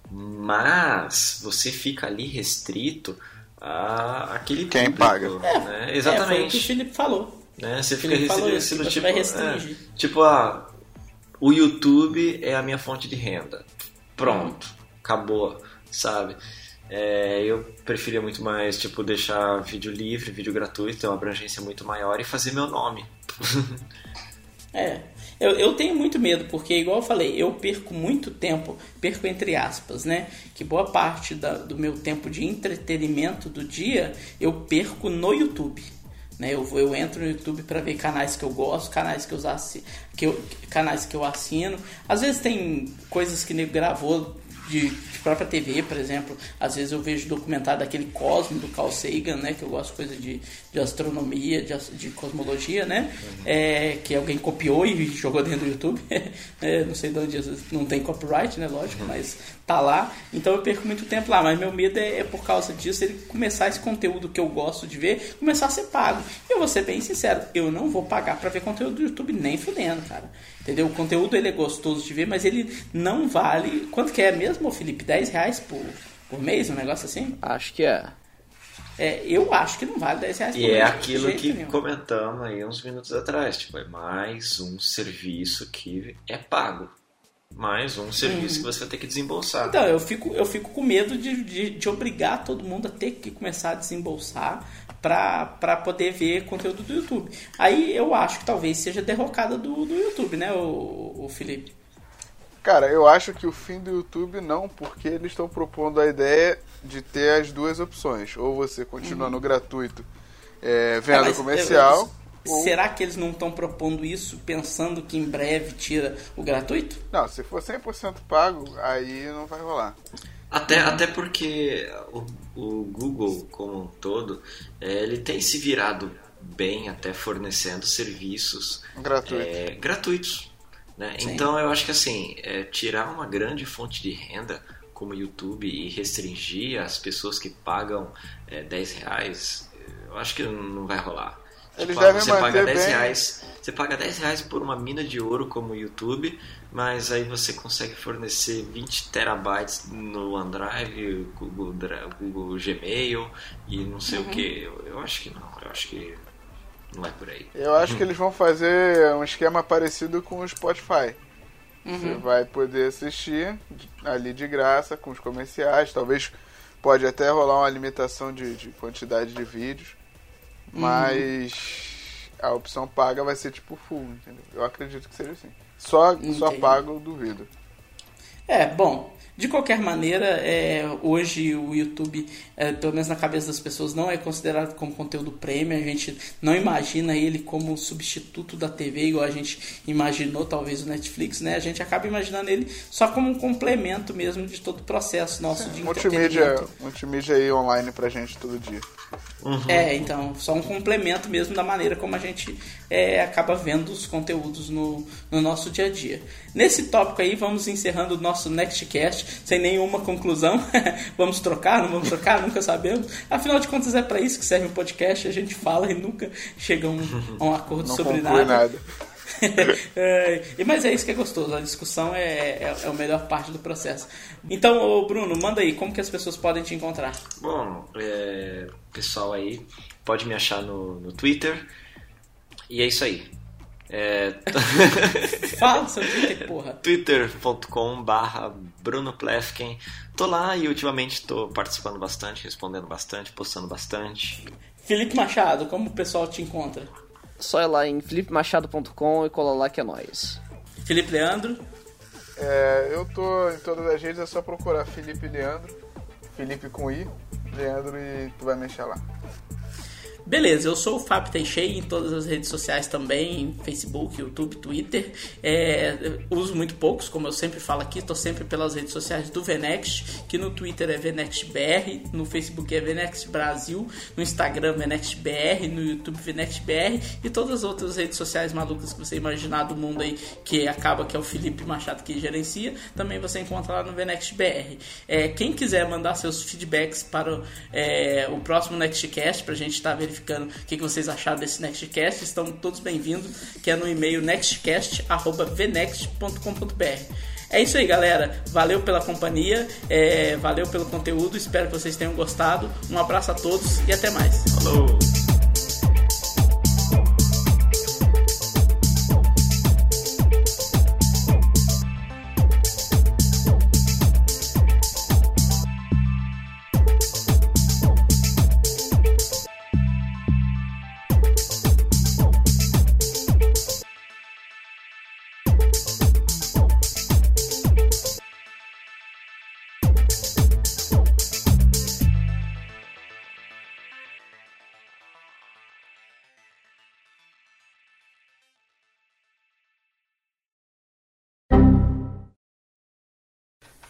Speaker 2: mas você fica ali restrito àquele público.
Speaker 4: Quem paga.
Speaker 2: Né? Exatamente.
Speaker 1: Foi o que o Felipe falou.
Speaker 2: Né? Você fica restringido,
Speaker 1: você vai restringir.
Speaker 2: O YouTube é a minha fonte de renda. Pronto, acabou, sabe? Eu preferia muito mais deixar vídeo livre, vídeo gratuito, ter uma abrangência muito maior e fazer meu nome.
Speaker 1: Eu tenho muito medo, porque igual eu falei, eu perco muito tempo, perco entre aspas, né? Que boa parte do meu tempo de entretenimento do dia eu perco no YouTube. Né? Eu entro no YouTube para ver canais que eu gosto, canais que eu assino. Às vezes tem coisas que nego gravou de própria TV, por exemplo. Às vezes eu vejo documentário daquele Cosmo, do Carl Sagan, né? Que eu gosto de coisa de astronomia, de cosmologia, né? Que alguém copiou e jogou dentro do YouTube. Não sei de onde, não tem copyright, né? Lógico, mas tá lá. Então eu perco muito tempo lá, mas meu medo é por causa disso, ele começar esse conteúdo que eu gosto de ver, começar a ser pago. E eu vou ser bem sincero, eu não vou pagar pra ver conteúdo do YouTube nem fudendo, cara. Entendeu? O conteúdo ele é gostoso de ver, mas ele não vale... Quanto que é mesmo, Felipe? R$10 por mês? Um negócio assim?
Speaker 5: Acho que é.
Speaker 1: Eu acho que não vale R$10 por mês.
Speaker 2: E é aquilo que comentamos aí uns minutos atrás. Tipo, é mais um serviço que é pago. Mais um serviço que você vai ter que desembolsar.
Speaker 1: Então, eu fico com medo de obrigar todo mundo a ter que começar a desembolsar para poder ver conteúdo do YouTube. Aí eu acho que talvez seja derrocada do YouTube, né, o Felipe?
Speaker 4: Cara, eu acho que o fim do YouTube não, porque eles estão propondo a ideia de ter as duas opções. Ou você continua no gratuito vendo comercial...
Speaker 1: Será que eles não estão propondo isso pensando que em breve tira o gratuito?
Speaker 4: Não, se for 100% pago, aí não vai rolar.
Speaker 2: Até porque o Google como um todo, ele tem se virado bem até fornecendo serviços gratuitos. Né? Então eu acho que assim, tirar uma grande fonte de renda como o YouTube e restringir as pessoas que pagam R$10, eu acho que não vai rolar.
Speaker 4: Eles
Speaker 2: tipo,
Speaker 4: devem
Speaker 2: você
Speaker 4: manter
Speaker 2: paga
Speaker 4: bem...
Speaker 2: R$10, você paga R$10 por uma mina de ouro como o YouTube, mas aí você consegue fornecer 20 terabytes no OneDrive, Google Gmail e não sei o que. Eu acho que não é por aí.
Speaker 4: Eu acho que eles vão fazer um esquema parecido com o Spotify. Você vai poder assistir ali de graça com os comerciais, talvez pode até rolar uma limitação de quantidade de vídeos. Mas a opção paga vai ser tipo full, entendeu? Eu acredito que seja assim. Só pago, eu duvido.
Speaker 1: Bom, de qualquer maneira, hoje o YouTube, pelo menos na cabeça das pessoas, não é considerado como conteúdo premium. A gente não imagina ele como substituto da TV, igual a gente imaginou talvez o Netflix, né? A gente acaba imaginando ele só como um complemento mesmo de todo o processo nosso de entretenimento.
Speaker 4: Multimídia aí online pra gente todo dia.
Speaker 1: Então, só um complemento mesmo da maneira como a gente acaba vendo os conteúdos no nosso dia a dia. Nesse tópico aí, vamos encerrando o nosso NextCast sem nenhuma conclusão. Vamos trocar, não vamos trocar, nunca sabemos. Afinal de contas, é para isso que serve um podcast. A gente fala e nunca chega a um acordo sobre nada. Mas é isso que é gostoso. A discussão é a melhor parte do processo. Então, Bruno, manda aí, como que as pessoas podem te encontrar?
Speaker 2: Bom, pessoal aí pode me achar no Twitter. E é isso aí.
Speaker 1: Fala seu Twitter, porra.
Speaker 2: twitter.com/Bruno Plefken. Tô lá e ultimamente tô participando bastante, respondendo bastante, postando bastante.
Speaker 1: Felipe Machado, como o pessoal te encontra?
Speaker 5: Só ir lá em felipemachado.com e colar lá que é nóis.
Speaker 1: Felipe Leandro?
Speaker 4: Eu tô em todas as redes, é só procurar Felipe Leandro. Felipe com I, Leandro, e tu vai me achar lá.
Speaker 1: Beleza, eu sou o Fábio Teixeira em todas as redes sociais também, Facebook, YouTube, Twitter. Uso muito poucos, como eu sempre falo aqui, estou sempre pelas redes sociais do VNext, que no Twitter é VNextBR, no Facebook é VNext Brasil, no Instagram VNextBR, no YouTube VNextBR e todas as outras redes sociais malucas que você imaginar do mundo aí, que acaba que é o Felipe Machado que gerencia, também você encontra lá no VNextBR. Quem quiser mandar seus feedbacks para o próximo NextCast, para a gente estar verificando o que vocês acharam desse NextCast, estão todos bem-vindos, que é no e-mail nextcast@vnext.com.br. É isso aí, galera. Valeu pela companhia, valeu pelo conteúdo, espero que vocês tenham gostado. Um abraço a todos e até mais.
Speaker 2: Falou!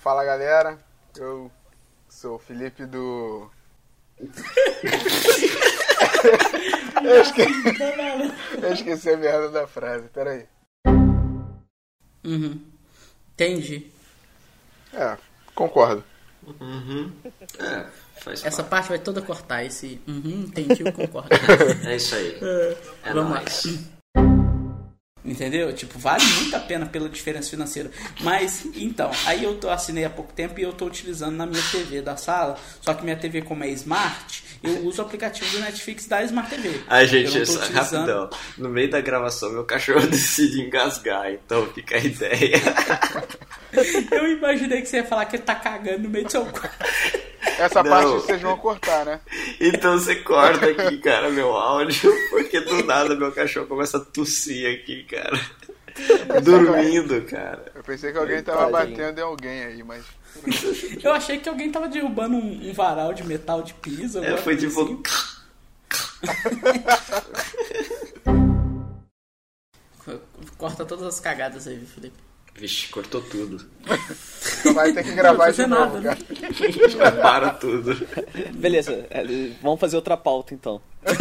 Speaker 4: Fala galera, eu sou o Felipe do... eu esqueci a merda da frase, peraí.
Speaker 1: Entendi.
Speaker 4: Concordo.
Speaker 2: Faz
Speaker 1: Essa
Speaker 2: parte.
Speaker 1: parte vai toda cortar, esse entendi, eu concordo.
Speaker 2: É isso aí. É
Speaker 1: Vamos lá.
Speaker 2: nóis.
Speaker 1: Entendeu? Tipo, vale muito a pena pela diferença financeira. Mas, então, aí eu assinei há pouco tempo e eu tô utilizando na minha TV da sala. Só que minha TV, como é Smart, eu uso o aplicativo do Netflix da Smart TV.
Speaker 2: Gente,
Speaker 1: Eu não tô utilizando.
Speaker 2: rapidão. No meio da gravação, meu cachorro decide engasgar, então fica a ideia.
Speaker 1: Eu imaginei que você ia falar que ele tá cagando no meio do seu quarto.
Speaker 4: Essa
Speaker 2: Não.
Speaker 4: parte vocês vão cortar, né?
Speaker 2: Então você corta aqui, cara, meu áudio, porque do nada meu cachorro começa a tossir aqui, cara. Dormindo, cara.
Speaker 4: Eu pensei que alguém tava
Speaker 5: Tadinho.
Speaker 4: batendo em alguém aí, mas...
Speaker 1: Eu achei que alguém tava derrubando um varal de metal de piso. alguma
Speaker 2: Foi
Speaker 1: coisa
Speaker 2: tipo...
Speaker 1: assim. Corta todas as cagadas aí, viu, Felipe?
Speaker 2: Vixe, cortou tudo.
Speaker 4: Então vai ter que gravar de
Speaker 1: Não vou
Speaker 4: novo,
Speaker 1: fazer
Speaker 4: cara.
Speaker 2: Para tudo.
Speaker 5: Beleza, vamos fazer outra pauta então.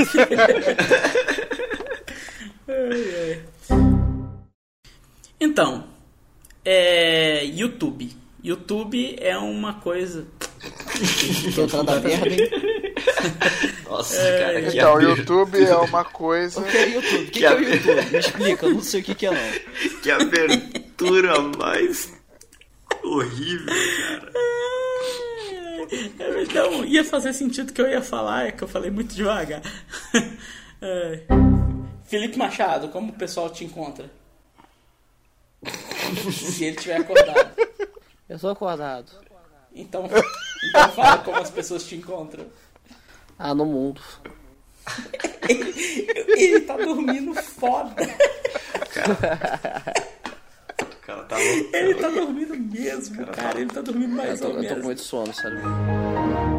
Speaker 1: Então, YouTube. YouTube é uma coisa...
Speaker 5: Entrada merda, hein?
Speaker 2: Nossa, cara, que
Speaker 4: Então, o
Speaker 2: abertura.
Speaker 4: YouTube é uma coisa...
Speaker 5: O que é YouTube? O que é o YouTube? Me explica, eu não sei o que é não.
Speaker 2: Que abertura mais horrível, cara.
Speaker 1: Então, ia fazer sentido que eu ia falar, é que eu falei muito devagar. Felipe Machado, como o pessoal te encontra? Se ele tiver acordado.
Speaker 6: Eu sou acordado.
Speaker 1: Então fala como as pessoas te encontram.
Speaker 6: No mundo.
Speaker 1: Ele tá dormindo foda.
Speaker 2: O cara tá louco.
Speaker 1: Ele tá dormindo mesmo, cara. Ele tá dormindo mais ou
Speaker 5: Eu tô com
Speaker 1: menos.
Speaker 5: muito sono, sério.